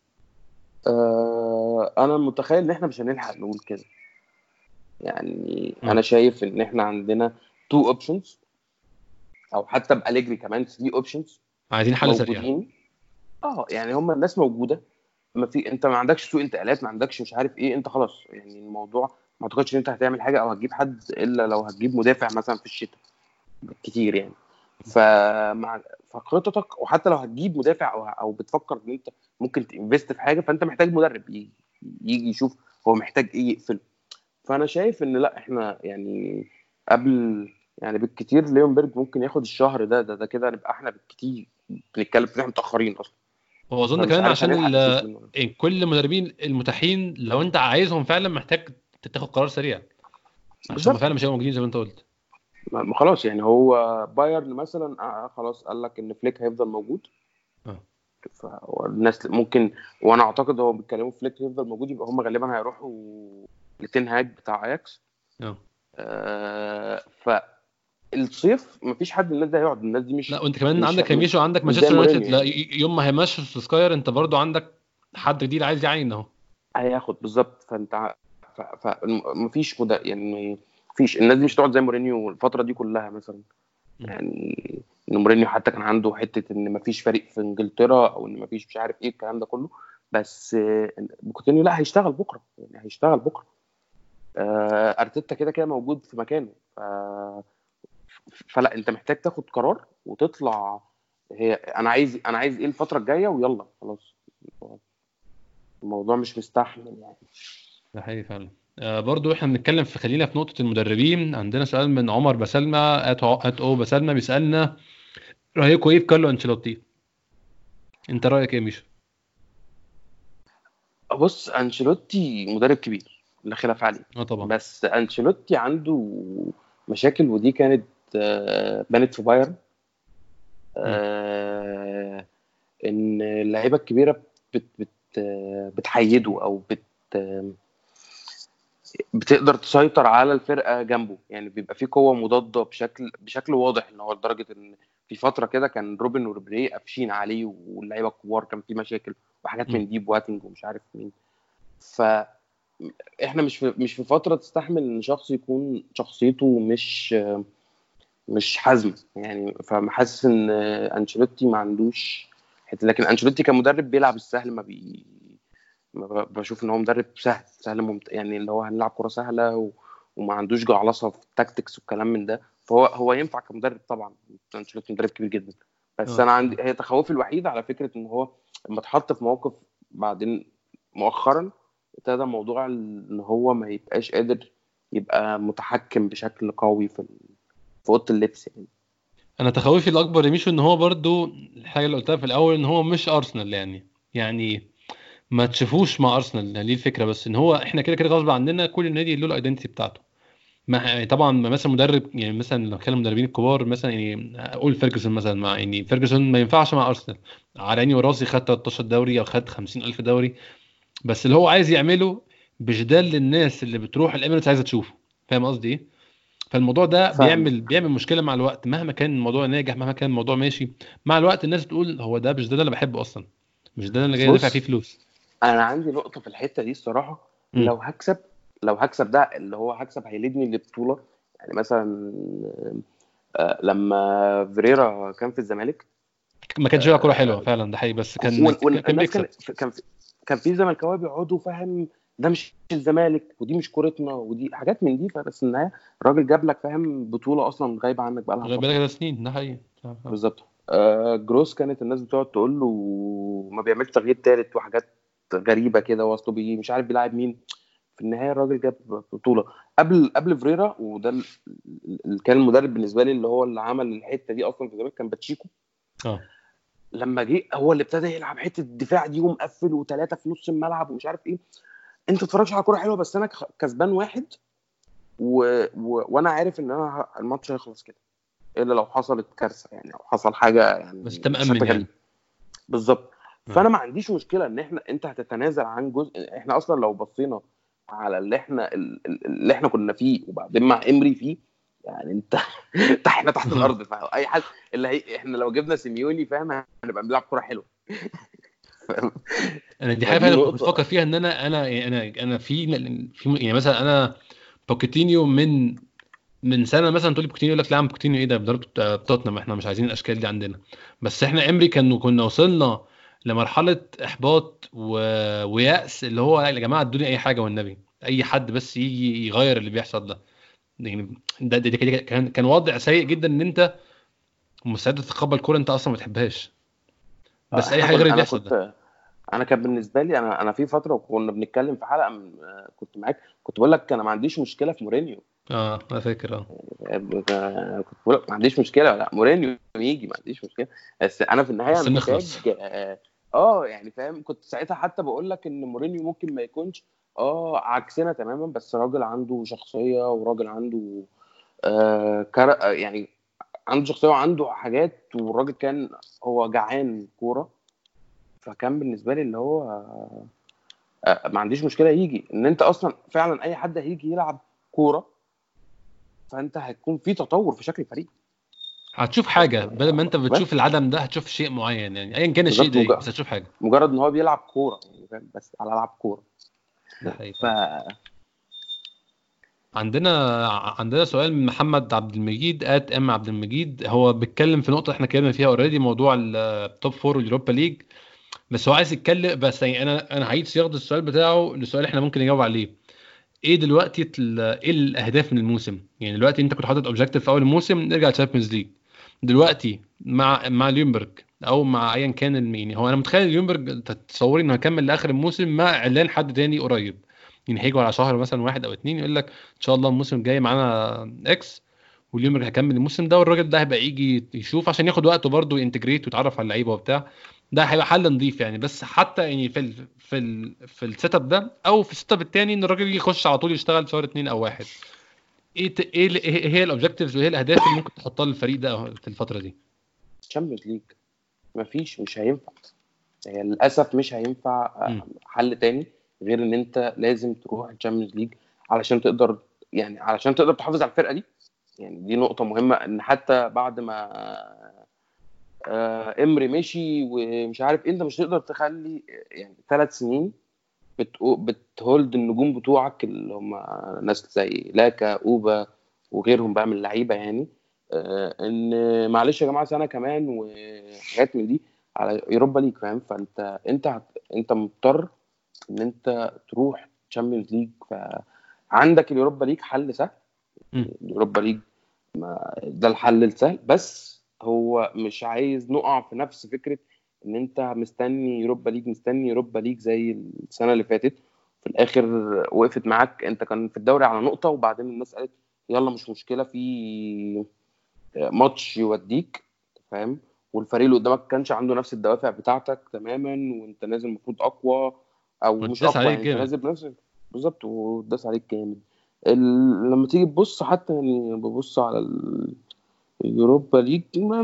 Speaker 2: انا متخيل ان احنا مش هنلحق نقول كده يعني. انا
Speaker 1: اه
Speaker 2: شايف ان احنا عندنا تو اوبشنز، او حتى باليجري كمان 3 اوبشنز
Speaker 1: عايزين حل سريع.
Speaker 2: موجودين. يعني هم الناس موجوده. ما عندكش سوء انتقالات، ما عندكش مش عارف ايه. انت خلاص يعني الموضوع ما اعتقدش ان انت هتعمل حاجه او هتجيب حد الا لو هتجيب مدافع مثلا في الشتاء كتير يعني. فمع فخطتك، وحتى لو هتجيب مدافع او بتفكر ان انت ممكن تنفست في حاجه، فانت محتاج مدرب يجي يشوف هو محتاج ايه يقفل. فانا شايف ان لا، احنا يعني قبل يعني بالكتير ليونبرج ممكن ياخد الشهر ده كده نبقى احنا بالكتير بنتكلم في احنا متاخرين اصلا.
Speaker 1: هو اظن
Speaker 2: فمش
Speaker 1: كمان
Speaker 2: عارف
Speaker 1: عشان
Speaker 2: هنلحق السيزون.
Speaker 1: كل المدربين المتاحين لو انت عايزهم فعلا محتاج تاخد قرار سريع، عشان هم
Speaker 2: بالظبط.
Speaker 1: فعلا مش هيبقوا موجودين زي ما انت قلت.
Speaker 2: ما خلاص يعني، هو بايرن مثلا خلاص قال لك ان فليك هيفضل موجود.
Speaker 1: اه
Speaker 2: فالناس ممكن، وانا اعتقد هو بيتكلموا فليك يفضل موجود، يبقى هم غالبا هيروحوا لتين هاج بتاع اياكس.
Speaker 1: اه
Speaker 2: فالصيف مفيش حد من الناس ده هيقعد. الناس دي
Speaker 1: لا،
Speaker 2: مش
Speaker 1: وانت كمان
Speaker 2: مش
Speaker 1: عندك
Speaker 2: مش,
Speaker 1: ميشو، عندك
Speaker 2: مش زي
Speaker 1: مانشستر
Speaker 2: مورينيو
Speaker 1: يونايتد، لا
Speaker 2: يعني.
Speaker 1: يوم ما هيمشوا سوسكاير انت برضو عندك حد جديد عايز يعين اهو.
Speaker 2: هياخد بالظبط. فمفيش يعني مفيش. الناس دي مش هتقعد زي مورينيو الفتره دي كلها مثلا
Speaker 1: م.
Speaker 2: يعني. ان مورينيو حتى كان عنده حته ان مفيش فريق في انجلترا، او ان مفيش مش عارف ايه الكلام ده كله. بس بوكوتينيو لا، هيشتغل بكره يعني، هيشتغل بكره. ارتيتا كده كده موجود في مكانه. فلا، انت محتاج تاخد قرار وتطلع. انا عايز ايه الفتره الجايه، ويلا خلاص. الموضوع مش مستحمل يعني.
Speaker 1: ده حقيقي فعلا. برضو احنا بنتكلم في، خلينا في نقطة المدربين. عندنا سؤال من عمر بسلمى @او بسلمى بيسألنا رأيكم ايه في كارلو انشيلوتي؟ انت رأيك ايه يا ميشو؟
Speaker 2: بص، انشيلوتي مدرب كبير لا خلاف عليه.
Speaker 1: اه طبعا.
Speaker 2: بس انشيلوتي عنده مشاكل، ودي كانت بانت في بايرن.
Speaker 1: م.
Speaker 2: آه، ان اللعيبه الكبيره بت بت بتحيده، او بتقدر تسيطر على الفرقه جنبه. يعني بيبقى في قوه مضاده بشكل واضح. ان هو لدرجه ان في فتره كده كان روبن وريبيري قافشين عليه، واللعيبه الكبار كان في مشاكل وحاجات
Speaker 1: م.
Speaker 2: من دي، بواتنج ومش عارف مين. فاحنا مش في فتره تستحمل ان شخص يكون شخصيته مش حازمه يعني. فمحسس ان انشيلوتي ما عندوش حته. لكن انشيلوتي كمدرب بيلعب السهل. بشوف ان هو مدرب سهل يعني اللي هو هنلعب كرة سهلة وما عندوش جعلصة في التاكتكس والكلام من ده. فهو ينفع كمدرب طبعا. انشيلوتي مدرب كبير جدا. بس
Speaker 1: اه
Speaker 2: انا عندي هي تخوفي الوحيد على فكرة ان هو لما اتحط في موقف بعدين مؤخرا، ابتدى موضوع ان هو ما يبقاش قادر يبقى متحكم بشكل قوي في اوضه اللبس يعني.
Speaker 1: انا تخوفي الاكبر يا ميشو ان هو برضو الحاجة اللي قلتها في الاول، ان هو مش ارسنال يعني ما تشوفوش مع ارسنال. يعني ليه الفكرة بس ان هو احنا كده كده غصب عننا كل نادي له الايدنتي بتاعته. يعني طبعا مثلا مدرب، يعني مثلا لو كان المدربين الكبار مثلا، يعني اقول فيرجسون مثلا، مع يعني فيرجسون ما ينفعش مع ارسنال. على عيني وراسي، خد 13 دوري او خد 50,000 دوري، بس اللي هو عايز يعمله بجدال للناس اللي بتروح الاميريتس عايزه تشوفه. فاهم قصدي ايه؟ فالموضوع ده
Speaker 2: فاهم.
Speaker 1: بيعمل مشكله مع الوقت. مهما كان الموضوع ناجح، مهما كان الموضوع ماشي مع الوقت، الناس تقول هو ده مش ده اللي انا بحبه اصلا، مش ده اللي جاي دافع فيه
Speaker 2: بص،
Speaker 1: فلوس.
Speaker 2: انا عندي نقطه في الحته دي الصراحه.
Speaker 1: امم
Speaker 2: لو هكسب ده اللي هو هكسب هيليدني لبطوله. يعني مثلا لما فيريرا كان في الزمالك،
Speaker 1: ما كانش بيلعب كوره حلوه فعلا، ده حقيقي، بس كان
Speaker 2: والناس
Speaker 1: بيكسب.
Speaker 2: كان في زملكاويه بيقعدوا فاهم ده مش الزمالك ودي مش كورتنا ودي حاجات من دي. فبس النهايه الراجل جاب لك فاهم بطوله اصلا غايبه عنك بقالها
Speaker 1: غير بالك
Speaker 2: فتره.
Speaker 1: ده سنين، ده حقيقي.
Speaker 2: بالظبط. جروس كانت الناس بتقعد تقول له ما بيعملش تغيير ثالث وحاجات غريبه كده، واصله مش عارف بيلاعب مين. في النهايه الراجل جاب بطوله قبل فريرا. وده اللي كان المدرب بالنسبه لي اللي هو اللي عمل الحته دي اصلا في الزمالك، كان باتشيكو.
Speaker 1: اه
Speaker 2: لما جه هو اللي ابتدى يلعب حته الدفاع دي ومقفل وثلاثه في نص الملعب ومش عارف ايه. انت تتفرجش على كوره حلوه، بس انا كسبان واحد وانا عارف ان انا الماتش هيخلص كده، الا لو حصلت كارثه يعني، او حصل حاجه
Speaker 1: بس
Speaker 2: يعني
Speaker 1: انت مأمن
Speaker 2: بشكل غريب.
Speaker 1: يعني.
Speaker 2: بالظبط.
Speaker 1: اه
Speaker 2: فانا ما عنديش مشكله ان انت هتتنازل عن جزء. احنا اصلا لو بصينا على اللي احنا كنا فيه وبعدين مع امري فيه، يعني انت احنا تحت الارض. فاي حد احنا لو جبنا سيميوني فاهم هنبقى بنلعب كوره حلوه. فاهم؟
Speaker 1: انا دي حاجه
Speaker 2: فدي
Speaker 1: فعلا كنت بفكر
Speaker 2: نقطه.
Speaker 1: فيها، ان انا في يعني مثلا انا بوكيتينيو من سنه مثلا، تقول لي بوكيتينيو، يقول لك لا يا عم بوكيتينيو ايه ده بضرب توتنهام، احنا مش عايزين الاشكال دي عندنا. بس احنا امري كنا وصلنا لمرحله احباط ويأس، اللي هو يا جماعه ادوني اي حاجه والنبي. اي حد بس يجي يغير اللي بيحصل ده. يعني ده كان وضع سيء جدا ان انت مستعد تتقبل كوره انت اصلا ما بتحبهاش، بس اي
Speaker 2: احنا
Speaker 1: حاجه غير
Speaker 2: كنا
Speaker 1: اللي
Speaker 2: انا
Speaker 1: بيحصل ده.
Speaker 2: كنت انا كان بالنسبه لي، انا في فتره كنا بنتكلم في حلقه من كنت معاك، كنت بقول لك انا ما عنديش مشكله في مورينيو.
Speaker 1: اه انا فاكر اه.
Speaker 2: كنت بقول لك ما عنديش مشكله، لا مورينيو يجي ما عنديش مشكله، بس انا في النهايه
Speaker 1: بس
Speaker 2: محتاج
Speaker 1: نخلص.
Speaker 2: يعني فاهم. كنت ساعتها حتى بقول لك ان مورينيو ممكن ما يكونش عكسنا تماما، بس راجل عنده شخصيه، وراجل عنده يعني عنده شخصيه وعنده حاجات، والراجل كان هو جعان كوره. فكان بالنسبه لي اللي هو ما عنديش مشكله يجي، ان انت اصلا فعلا اي حد هيجي يلعب كوره، فانت هتكون في تطور في شكل الفريق.
Speaker 1: هتشوف حاجه بدل ما انت بتشوف
Speaker 2: بس
Speaker 1: العدم ده، هتشوف شيء معين يعني ايا كان الشيء
Speaker 2: بالظبط،
Speaker 1: ده ايه، بس هتشوف حاجه.
Speaker 2: مجرد ان هو بيلعب كوره يعني، فاهم؟ بس على لعب كوره.
Speaker 1: ده حقيقي
Speaker 2: ف
Speaker 1: فعلا. عندنا سؤال من محمد عبد المجيد عبد المجيد، هو بيتكلم في نقطه احنا اتكلمنا فيها اوريدي، موضوع التوب فور واليوروبا ليج. بس هو عايز يتكلم، بس يعني انا هعيد صياغه السؤال بتاعه لسؤال احنا ممكن نجاوب عليه. ايه دلوقتي ايه الاهداف من الموسم؟ يعني دلوقتي انت كنت حاطط اوبجيكتيف في اول الموسم نرجع تشامبيونز ليج. دلوقتي مع ليونبرج او مع ايا كان يعني هو انا متخيل ليونبرج تتصوري انه هيكمل لاخر الموسم مع اعلان حد تاني قريب. يعني هيجوا على شهر مثلا واحد او اتنين يقول لك ان شاء الله الموسم الجاي معانا اكس، واليومرج هيكمل الموسم ده، والراجل ده هيبقى يجي يشوف عشان ياخد وقته برضه ينتجريت ويتعرف على اللعيبه وبتاع. ده هيبقى حل نظيف يعني. بس حتى يعني في السيت اب ده او في السيت اب التاني ان الراجل يجي يخش على طول يشتغل شهر اتنين او واحد. إيه هي الاوبجكتيفز وايه الاهداف اللي ممكن تحطها للفريق ده في الفتره دي؟
Speaker 2: تشامبيونز ليج مش هينفع، هي للاسف مش هينفع
Speaker 1: امم.
Speaker 2: حل تاني غير ان انت لازم تروح الشامبيونز ليج علشان تقدر، يعني علشان تقدر تحافظ على الفرقه دي. يعني دي نقطه مهمه، ان حتى بعد ما امري مشي ومش عارف إيه، انت مش تقدر تخلي يعني 3 سنين بتهولد النجوم بتوعك اللي هم ناس زي لاكا اوبا وغيرهم بقى من اللعيبه يعني. ان معلش يا جماعه سنه كمان وحاجات من دي على يوروبا ليج، فاهم؟ انت مضطر ان انت تروح تشامبيونز ليج. فعندك اليوروبا ليج حل سهل،
Speaker 1: امم.
Speaker 2: اليوروبا ليج ده الحل السهل، بس هو مش عايز نقع في نفس فكرة ان انت مستني يوروبا ليج زي السنة اللي فاتت، في الاخر وقفت معاك. انت كان في الدوري على نقطة، وبعدين الناس قالت يلا مش مشكلة، في ماتش يوديك، فاهم؟ والفريق اللي قدامك كانش عنده نفس الدوافع بتاعتك تماما، وانت نازل المفروض اقوى، او مش
Speaker 1: وتداس
Speaker 2: اقوى
Speaker 1: عليك
Speaker 2: يعني، انت
Speaker 1: جامد.
Speaker 2: نازل بنفسك. بالظبط، وداس عليك جامد. لما تيجي تبص حتى، يعني ببص على اليوروبا ليج،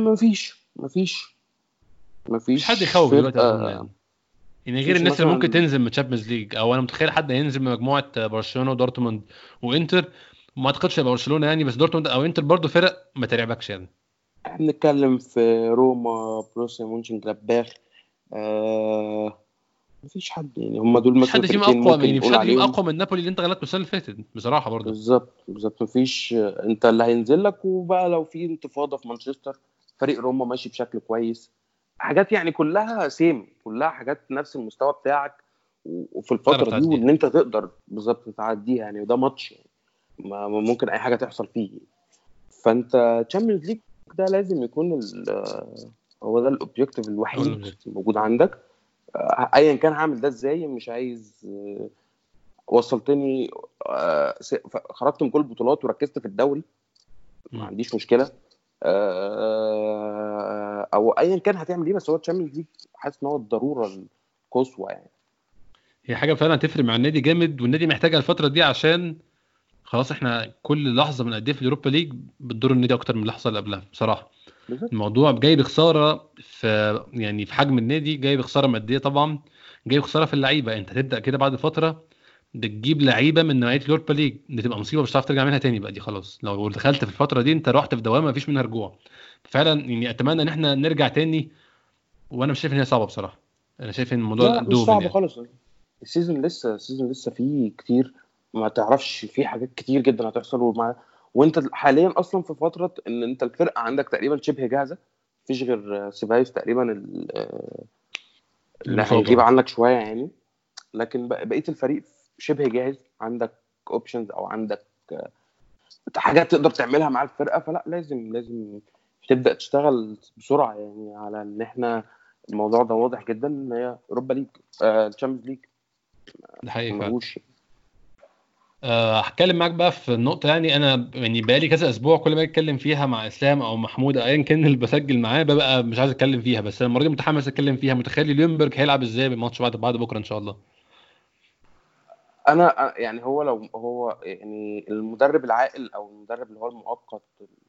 Speaker 1: مش حد
Speaker 2: ما فيش
Speaker 1: يخوف دلوقتي اظن
Speaker 2: فرقه.
Speaker 1: يعني. يعني غير
Speaker 2: مفيش
Speaker 1: الناس اللي ممكن
Speaker 2: مثلا.
Speaker 1: تنزل من تشامبيونز ليج، او انا متخيل حد هينزل من مجموعه برشلونه ودورتموند وانتر. ما اعتقدش هيبقى برشلونه يعني، بس دورتموند او انتر برضه فرق ما ترعبكش يعني.
Speaker 2: احنا بنتكلم في روما، بروسيا مونشن جلاباخ. آه مفيش حد يعني، هم دول
Speaker 1: مفيش
Speaker 2: مثلا
Speaker 1: حد فيهم
Speaker 2: فرقتين
Speaker 1: اقوى
Speaker 2: ممكن
Speaker 1: يعني، مفيش
Speaker 2: نقول
Speaker 1: حد فيهم
Speaker 2: عليهم.
Speaker 1: اقوى من نابولي اللي انت غلبته السنه اللي فاتت بصراحه برضه.
Speaker 2: بالظبط مفيش. انت اللي هينزل لك، وبقى لو في انتفاضه في مانشستر، فريق روما ماشي بشكل كويس. حاجات يعني كلها سيم، كلها حاجات نفس المستوى بتاعك، وفي
Speaker 1: تعرف
Speaker 2: الفتره دي،
Speaker 1: تعديها.
Speaker 2: وان انت تقدر بالظبط تعديها يعني. وده ماتش يعني، ممكن اي حاجه تحصل فيه. فانت تشامبيونز ليج ده لازم يكون هو ده الاوبجيكتيف
Speaker 1: او
Speaker 2: الوحيد
Speaker 1: الاوبجيكتيف.
Speaker 2: الموجود عندك. ايا كان هعمل ده ازاي، مش عايز وصلتني خرجت من كل البطولات وركزت في الدوري، ما عنديش مشكله. او ايا كان هتعمل ايه، بس هو تشامبيونز ليج حاسس ان هو الضروره القصوى يعني.
Speaker 1: هي حاجه فعلا هتفرق مع النادي جامد، والنادي محتاجها الفتره دي عشان خلاص احنا كل لحظه من قد في اليوروبا ليج بتضر النادي اكتر من اللحظه اللي قبلها بصراحه.
Speaker 2: بالظبط.
Speaker 1: الموضوع جاي بخساره يعني في حجم النادي، جاي بخساره ماديه طبعا، جاي بخساره في اللعيبه. انت هتبدا كده بعد فتره بتجيب لعيبه من نوعيه اليوروبا ليج، دي تبقى مصيبه مش هتعرف ترجع منها تاني بقى. دي خلاص لو دخلت في الفتره دي انت رحت في دوامه مفيش منها رجوع. فعلا يعني اتمنى ان احنا نرجع تاني، وانا مش شايف ان هي صعبه بصراحه. انا شايف ان الموضوع
Speaker 2: لا مش
Speaker 1: دوبل
Speaker 2: صعب
Speaker 1: يعني.
Speaker 2: خالص. السيزون لسه فيه كتير، ما تعرفش فيه حاجات كتير جدا هتحصل. وانت حاليا اصلا في فتره ان انت الفرقه عندك تقريبا شبه جاهزه، مفيش غير سيبايوس تقريبا اللي هيغيب
Speaker 1: المصابه.
Speaker 2: عنك شويه يعني. لكن بقيه الفريق شبه جاهز. عندك اوبشنز او عندك حاجات تقدر تعملها مع الفرقه، فلا لازم تبدا تشتغل بسرعه يعني على ان احنا الموضوع ده واضح جدا ان هي اوروبا ليج، تشامبيونز ليج
Speaker 1: ده حقيقي فعلا.
Speaker 2: ملهوش.
Speaker 1: هتكلم معاك بقى في النقطة، يعني أنا يعني بقالي كذا أسبوع كل ما أتكلم فيها مع إسلام أو محمود أو أيا كان اللي بسجل معاه ببقى مش عايز أتكلم فيها، بس أنا المرة دي متحمس أتكلم فيها. متخيل ليونبرج هيلعب إزاي بالماتش بعد بكرة إن شاء الله؟
Speaker 2: انا يعني هو لو هو يعني المدرب العاقل او المدرب اللي هو المؤقت،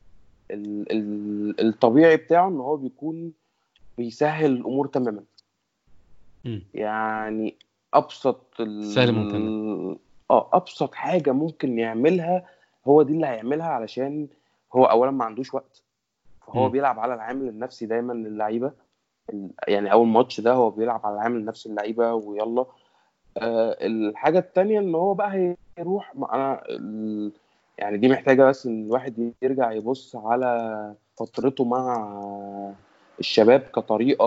Speaker 2: الطبيعي بتاعه ان هو بيكون بيسهل الامور تماما.
Speaker 1: مم.
Speaker 2: يعني ابسط
Speaker 1: سهل ممتنع.
Speaker 2: ابسط حاجه ممكن يعملها هو دي اللي هيعملها، علشان هو اولا ما عندوش وقت، فهو
Speaker 1: مم.
Speaker 2: بيلعب على العامل النفسي دايما للعيبه. يعني اول ماتش ده هو بيلعب على العامل النفسي اللعيبه ويلا. الحاجه التانية ان هو بقى هيروح مع يعني دي محتاجه بس ان الواحد يرجع يبص على فترته مع الشباب كطريقه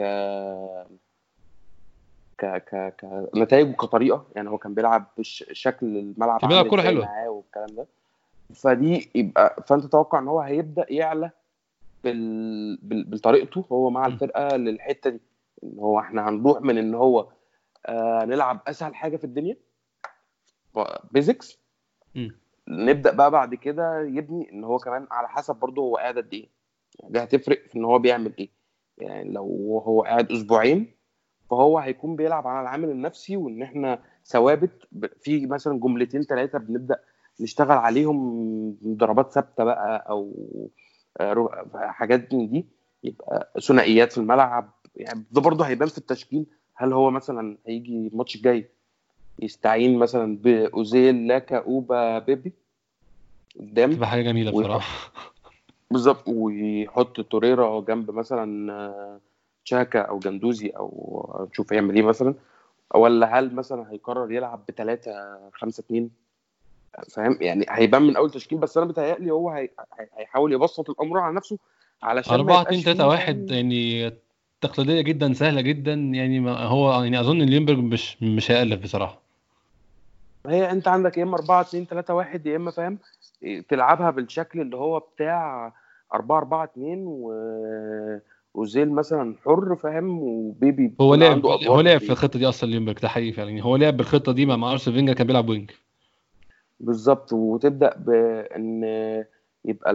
Speaker 2: كنتائج وكطريقه. يعني هو كان بيلعب شكل الملعب
Speaker 1: كان بيلعب
Speaker 2: عامل
Speaker 1: كورة
Speaker 2: ازاي
Speaker 1: حلوة.
Speaker 2: معاه والكلام ده. فدي يبقى فانت تتوقع ان هو هيبدا يعلى بطريقته هو مع
Speaker 1: مم.
Speaker 2: الفرقه للحته دي، ان هو احنا هنروح من ان هو نلعب اسهل حاجه في الدنيا بيزكس،
Speaker 1: مم.
Speaker 2: نبدا بقى بعد كده يبني ان هو كمان على حسب برضه هو قاعد قد ايه. دي هتفرق في ان هو بيعمل ايه. يعني لو هو قاعد اسبوعين فهو هيكون بيلعب على العامل النفسي، وان احنا ثوابت في مثلا جملتين ثلاثه بنبدا نشتغل عليهم، ضربات ثابته بقى او حاجات من دي، يبقى ثنائيات في الملعب. يعني ده برضه هيبان في التشكيل. هل هو مثلا هيجي الماتش الجاي يستعين مثلا باوزيل لاكا اوبا بيبي قدام،
Speaker 1: تبقى حاجة جميلة
Speaker 2: ويحط
Speaker 1: بصراحة.
Speaker 2: بالظبط، ويحط توريرا جنب مثلا تشاكا او جندوزي، او نشوف هيعمل ايه مثلا. ولا هل مثلا هيقرر يلعب ب3-5-2؟ فاهم يعني هيبان من اول تشكيل. بس انا بيتهيألي هو هيحاول يبسط الامر على نفسه علشان ما
Speaker 1: 4 2
Speaker 2: يبقاش
Speaker 1: 3
Speaker 2: فيه
Speaker 1: 1
Speaker 2: فاهم.
Speaker 1: يعني تقليدية جدا، سهلة جدا يعني. ما هو يعني أظن ليونبرج مش هيألف بصراحة.
Speaker 2: هي انت عندك يا اما 4-2-3-1، يا اما فاهم تلعبها بالشكل اللي هو بتاع 4-4-2 وزيل مثلا حر فاهم، وبيبي
Speaker 1: هو
Speaker 2: بيكون
Speaker 1: لعب
Speaker 2: عنده
Speaker 1: هو
Speaker 2: ادوار
Speaker 1: لعب في الخطة دي أصلا ليونبرج، ده حقيقي فعلا. يعني هو لعب بالخطة دي مع أرسنال فينجر، كان بيلعب وينج.
Speaker 2: بالظبط. وتبدا بان يبقى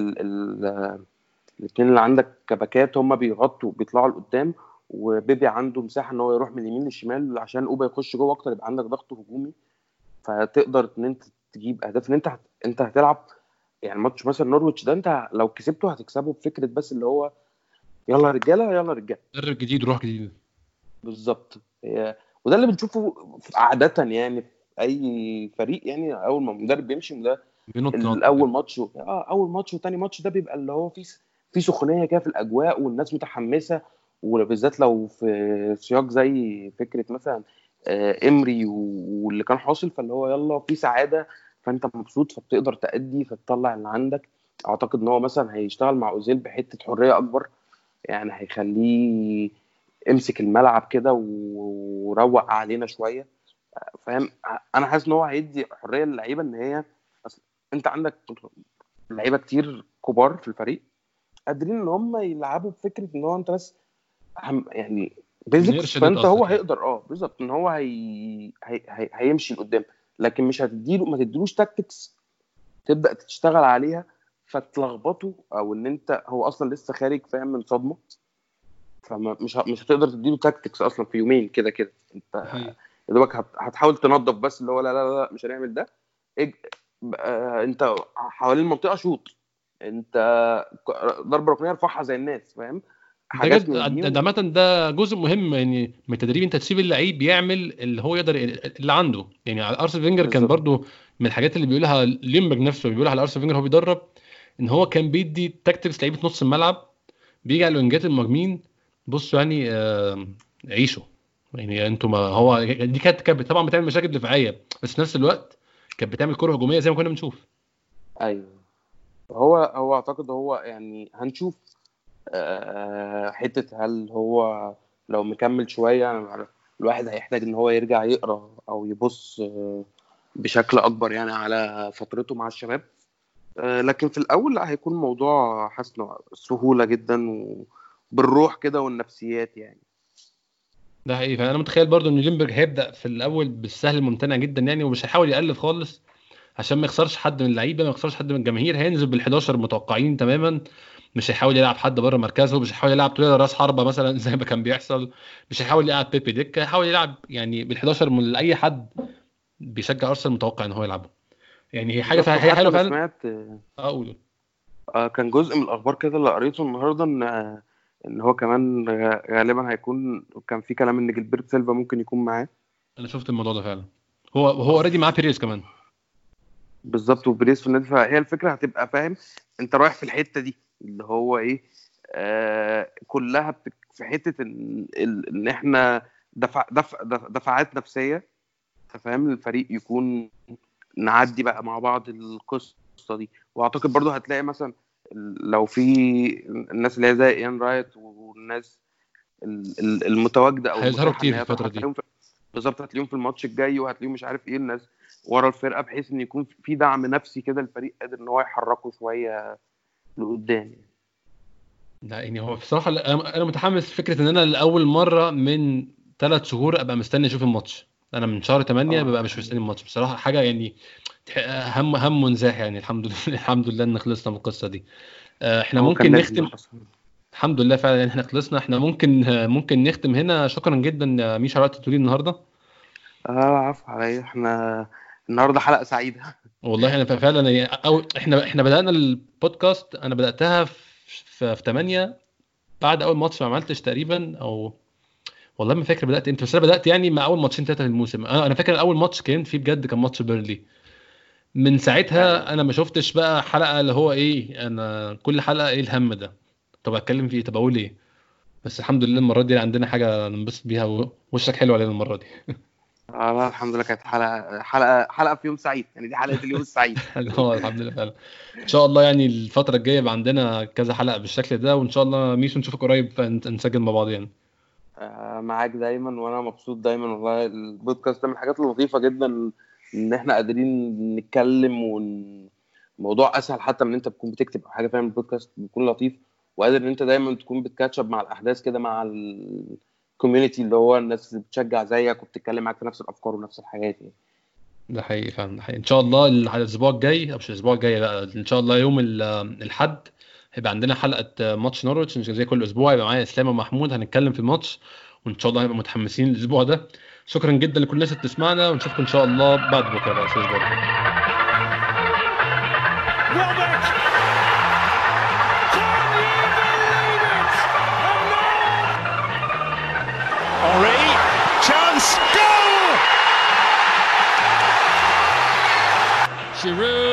Speaker 2: الاثنين اللي عندك كباكات هم بيغطوا بيطلعوا لقدام، وبيبي عنده مساحه ان هو يروح من اليمين للشمال عشان اوبا يخش جوه اكتر، يبقى عندك ضغط هجومي، فتقدر ان انت تجيب اهداف. ان انت هتلعب يعني ماتش مثلا نورويتش ده، انت لو كسبته هتكسبه بفكره بس اللي هو يلا رجاله يلا رجاله.
Speaker 1: مدرب جديد وروح جديد.
Speaker 2: بالظبط. وده اللي بنشوفه عاده يعني في اي فريق. يعني اول ما المدرب بيمشي ده
Speaker 1: بينط نط كده.
Speaker 2: الاول ماتش اول ماتش وتاني ماتش ده بيبقى اللي هو في سخونيه كده في الاجواء والناس متحمسه. وبالذات لو في سياق زي فكره مثلا امري واللي كان حاصل، فاللي هو يلا في سعاده، فانت مبسوط فبتقدر تأدي فتطلع اللي عندك. اعتقد ان هو مثلا هيشتغل مع اوزيل بحته حريه اكبر، يعني هيخليه امسك الملعب كده وروق علينا شويه فاهم. انا حاسس ان هو هيدي حريه للعيبه ان هي أصل انت عندك لعيبه كتير كبار في الفريق قادرين ان هم يلعبوا بفكره ان هو انت بس يعني
Speaker 1: من غير
Speaker 2: بيزكس.
Speaker 1: شدة
Speaker 2: فانت
Speaker 1: أصلا
Speaker 2: هو
Speaker 1: يعني.
Speaker 2: هيقدر بالظبط ان هو هيمشي لقدام، لكن مش ما تديلوش تاكتكس تبدا تشتغل عليها فتلخبطه، او ان انت هو اصلا لسه خارج فاهم من صدمه، مش هتقدر تديله تاكتكس اصلا في يومين كده كده.
Speaker 1: ده
Speaker 2: انت
Speaker 1: حقيقي.
Speaker 2: يا دوبك هتحاول تنظف بس اللي هو لا لا لا مش هنعمل ده. انت حوالين المنطقه شوط، انت ضربه ركنيه ارفعها زي الناس فاهم،
Speaker 1: ده
Speaker 2: حاجات
Speaker 1: جد
Speaker 2: من دي
Speaker 1: ده عامة ده جزء مهم يعني من التدريب. انت تسيب اللعيب يعمل اللي هو يقدر اللي عنده. يعني على ارسنال فينجر كان
Speaker 2: بالظبط.
Speaker 1: برضو من الحاجات اللي بيقولها ليمبرج نفسه، بيقولها على ارسنال فينجر هو بيدرب، ان هو كان بيدي تاكتكس لعيبه نص الملعب، بيجي على الوينجات المهاجمين. بصوا يعني عيشوا. يعني انتوا ما هو دي كانت طبعا بتعمل مشاكل دفاعيه، بس في نفس الوقت كانت بتعمل كره هجوميه زي ما كنا بنشوف.
Speaker 2: ايوه. هو اعتقد هو يعني هنشوف حته هل هو لو مكمل شويه الواحد هيحتاج ان هو يرجع يقرا او يبص بشكل اكبر يعني على فترته مع الشباب. لكن في الاول لا، هيكون موضوع حاسس انه سهوله جدا وبالروح كده والنفسيات يعني.
Speaker 1: ده حقيقي. فانا متخيل برضو ان ليمبرج هيبدا في الاول بالسهل الممتنع جدا يعني، ومش هيحاول يقلب خالص عشان ما يخسرش حد من اللعيبه، ما يخسرش حد من الجماهير. هينزل بال11 متوقعين تماما، مش هيحاول يلعب حد بره مركزه، مش هيحاول يلعب طويل راس حربه مثلا زي ما كان بيحصل، مش هيحاول يلعب بيبي دكه، هيحاول يلعب يعني بال11 من اي حد بيشجع ارسنال متوقع ان هو يلعبه. يعني هي حاجه
Speaker 2: بالظبط.
Speaker 1: هي
Speaker 2: وحتى
Speaker 1: حلوه
Speaker 2: انا
Speaker 1: فعلا.
Speaker 2: سمعت
Speaker 1: اقول
Speaker 2: كان جزء من الاخبار كده اللي قريته النهارده ان هو كمان غالبا هيكون، كان في كلام ان جilberto سيلفا ممكن يكون معاه.
Speaker 1: انا شفت الموضوع ده فعلا. هو اوريدي معاه بيريز كمان.
Speaker 2: بالظبط. وبريس في النادي. فهي الفكره هتبقى فاهم انت رايح في الحته دي اللي هو ايه. كلها في حته ان احنا دفعات نفسيه. انت فاهم الفريق يكون نعدي بقى مع بعض القصه دي. واعتقد برضو هتلاقي مثلا لو في الناس اللي هي زي ايان رايت والناس المتواجده او
Speaker 1: هيظهروا
Speaker 2: المتاحه
Speaker 1: كتير
Speaker 2: ان
Speaker 1: في
Speaker 2: هي
Speaker 1: الفتره دي.
Speaker 2: هتلاقيهم بالظبط. هتلاقيهم في الماتش الجاي، وهتلاقيهم مش عارف ايه الناس ورا الفرقه، بحيث ان يكون في دعم نفسي كده، الفريق قادر ان هو يحركه شويه لقدام.
Speaker 1: لا يعني هو بصراحه انا متحمس فكره ان انا لاول مره من 3 شهور ابقى مستني اشوف الماتش. انا من شهر 8 ببقى مش مستني الماتش بصراحه، حاجه يعني هم منزاح يعني. الحمد لله الحمد لله ان خلصنا من القصه دي. احنا
Speaker 2: هو كان
Speaker 1: ممكن
Speaker 2: لازم
Speaker 1: نختم.
Speaker 2: يحصل.
Speaker 1: الحمد لله فعلا ان احنا خلصنا. احنا ممكن نختم هنا. شكرا جدا يا ميشا على وقت طويل النهارده.
Speaker 2: عفوا عليا. احنا النهارده حلقه سعيده.
Speaker 1: والله انا فعلا او احنا بدانا البودكاست، انا بداتها في 8 بعد اول ماتش ما عملتش تقريبا، او والله ما فاكر بدات امتى، بس انا بدات يعني مع اول ماتشين 3 في الموسم. انا فاكر اول ماتش كان فيه بجد كان ماتش بيرلي. من
Speaker 2: ايوه.
Speaker 1: ساعتها انا ما شفتش بقى حلقه اللي هو ايه، انا كل حلقه ايه الهم ده، طب اتكلم فيه، طب اقول ايه. بس الحمد لله المره دي عندنا حاجه ننبسط بيها، وشك حلو علينا المره دي.
Speaker 2: لا الحمد لله، كانت حلقه في يوم سعيد يعني. دي حلقه اليوم السعيد.
Speaker 1: هو الحمد لله فعلا. ان شاء الله يعني الفتره الجايه يبقى عندنا كذا حلقه بالشكل ده، وان شاء الله ميشو نشوفك قريب نسجل مع بعض يعني.
Speaker 2: معاك دايما، وانا مبسوط دايما والله. البودكاست ده من الحاجات اللطيفه جدا، ان احنا قادرين نتكلم الموضوع اسهل حتى من انت بتكون بتكتب او حاجه. فاهم البودكاست بيكون لطيف، وقادر ان انت دايما تكون بتكاتشب مع الاحداث كده، مع الكوميونتي اللي هو الناس اللي بتشجع زيك وبتتكلم معاك في نفس الافكار ونفس الحاجات يعني.
Speaker 1: ده حقيقي فعلا. ده حقيقي. ان شاء الله الاسبوع الجاي، او مش الاسبوع الجاي بقى، ان شاء الله يوم الاحد هيبقى عندنا حلقه ماتش نورويتش زي كل اسبوع. يبقى معايا اسلام ومحمود هنتكلم في الماتش، وان شاء الله هنبقى متحمسين الاسبوع ده. شكرا جدا لكل الناس اللي بتسمعنا، ونشوفكم ان شاء الله بعد بكره بقى الاسبوع الجاي.
Speaker 3: Robert! Can you believe it? And now... Henri, chance, goal! Giroud!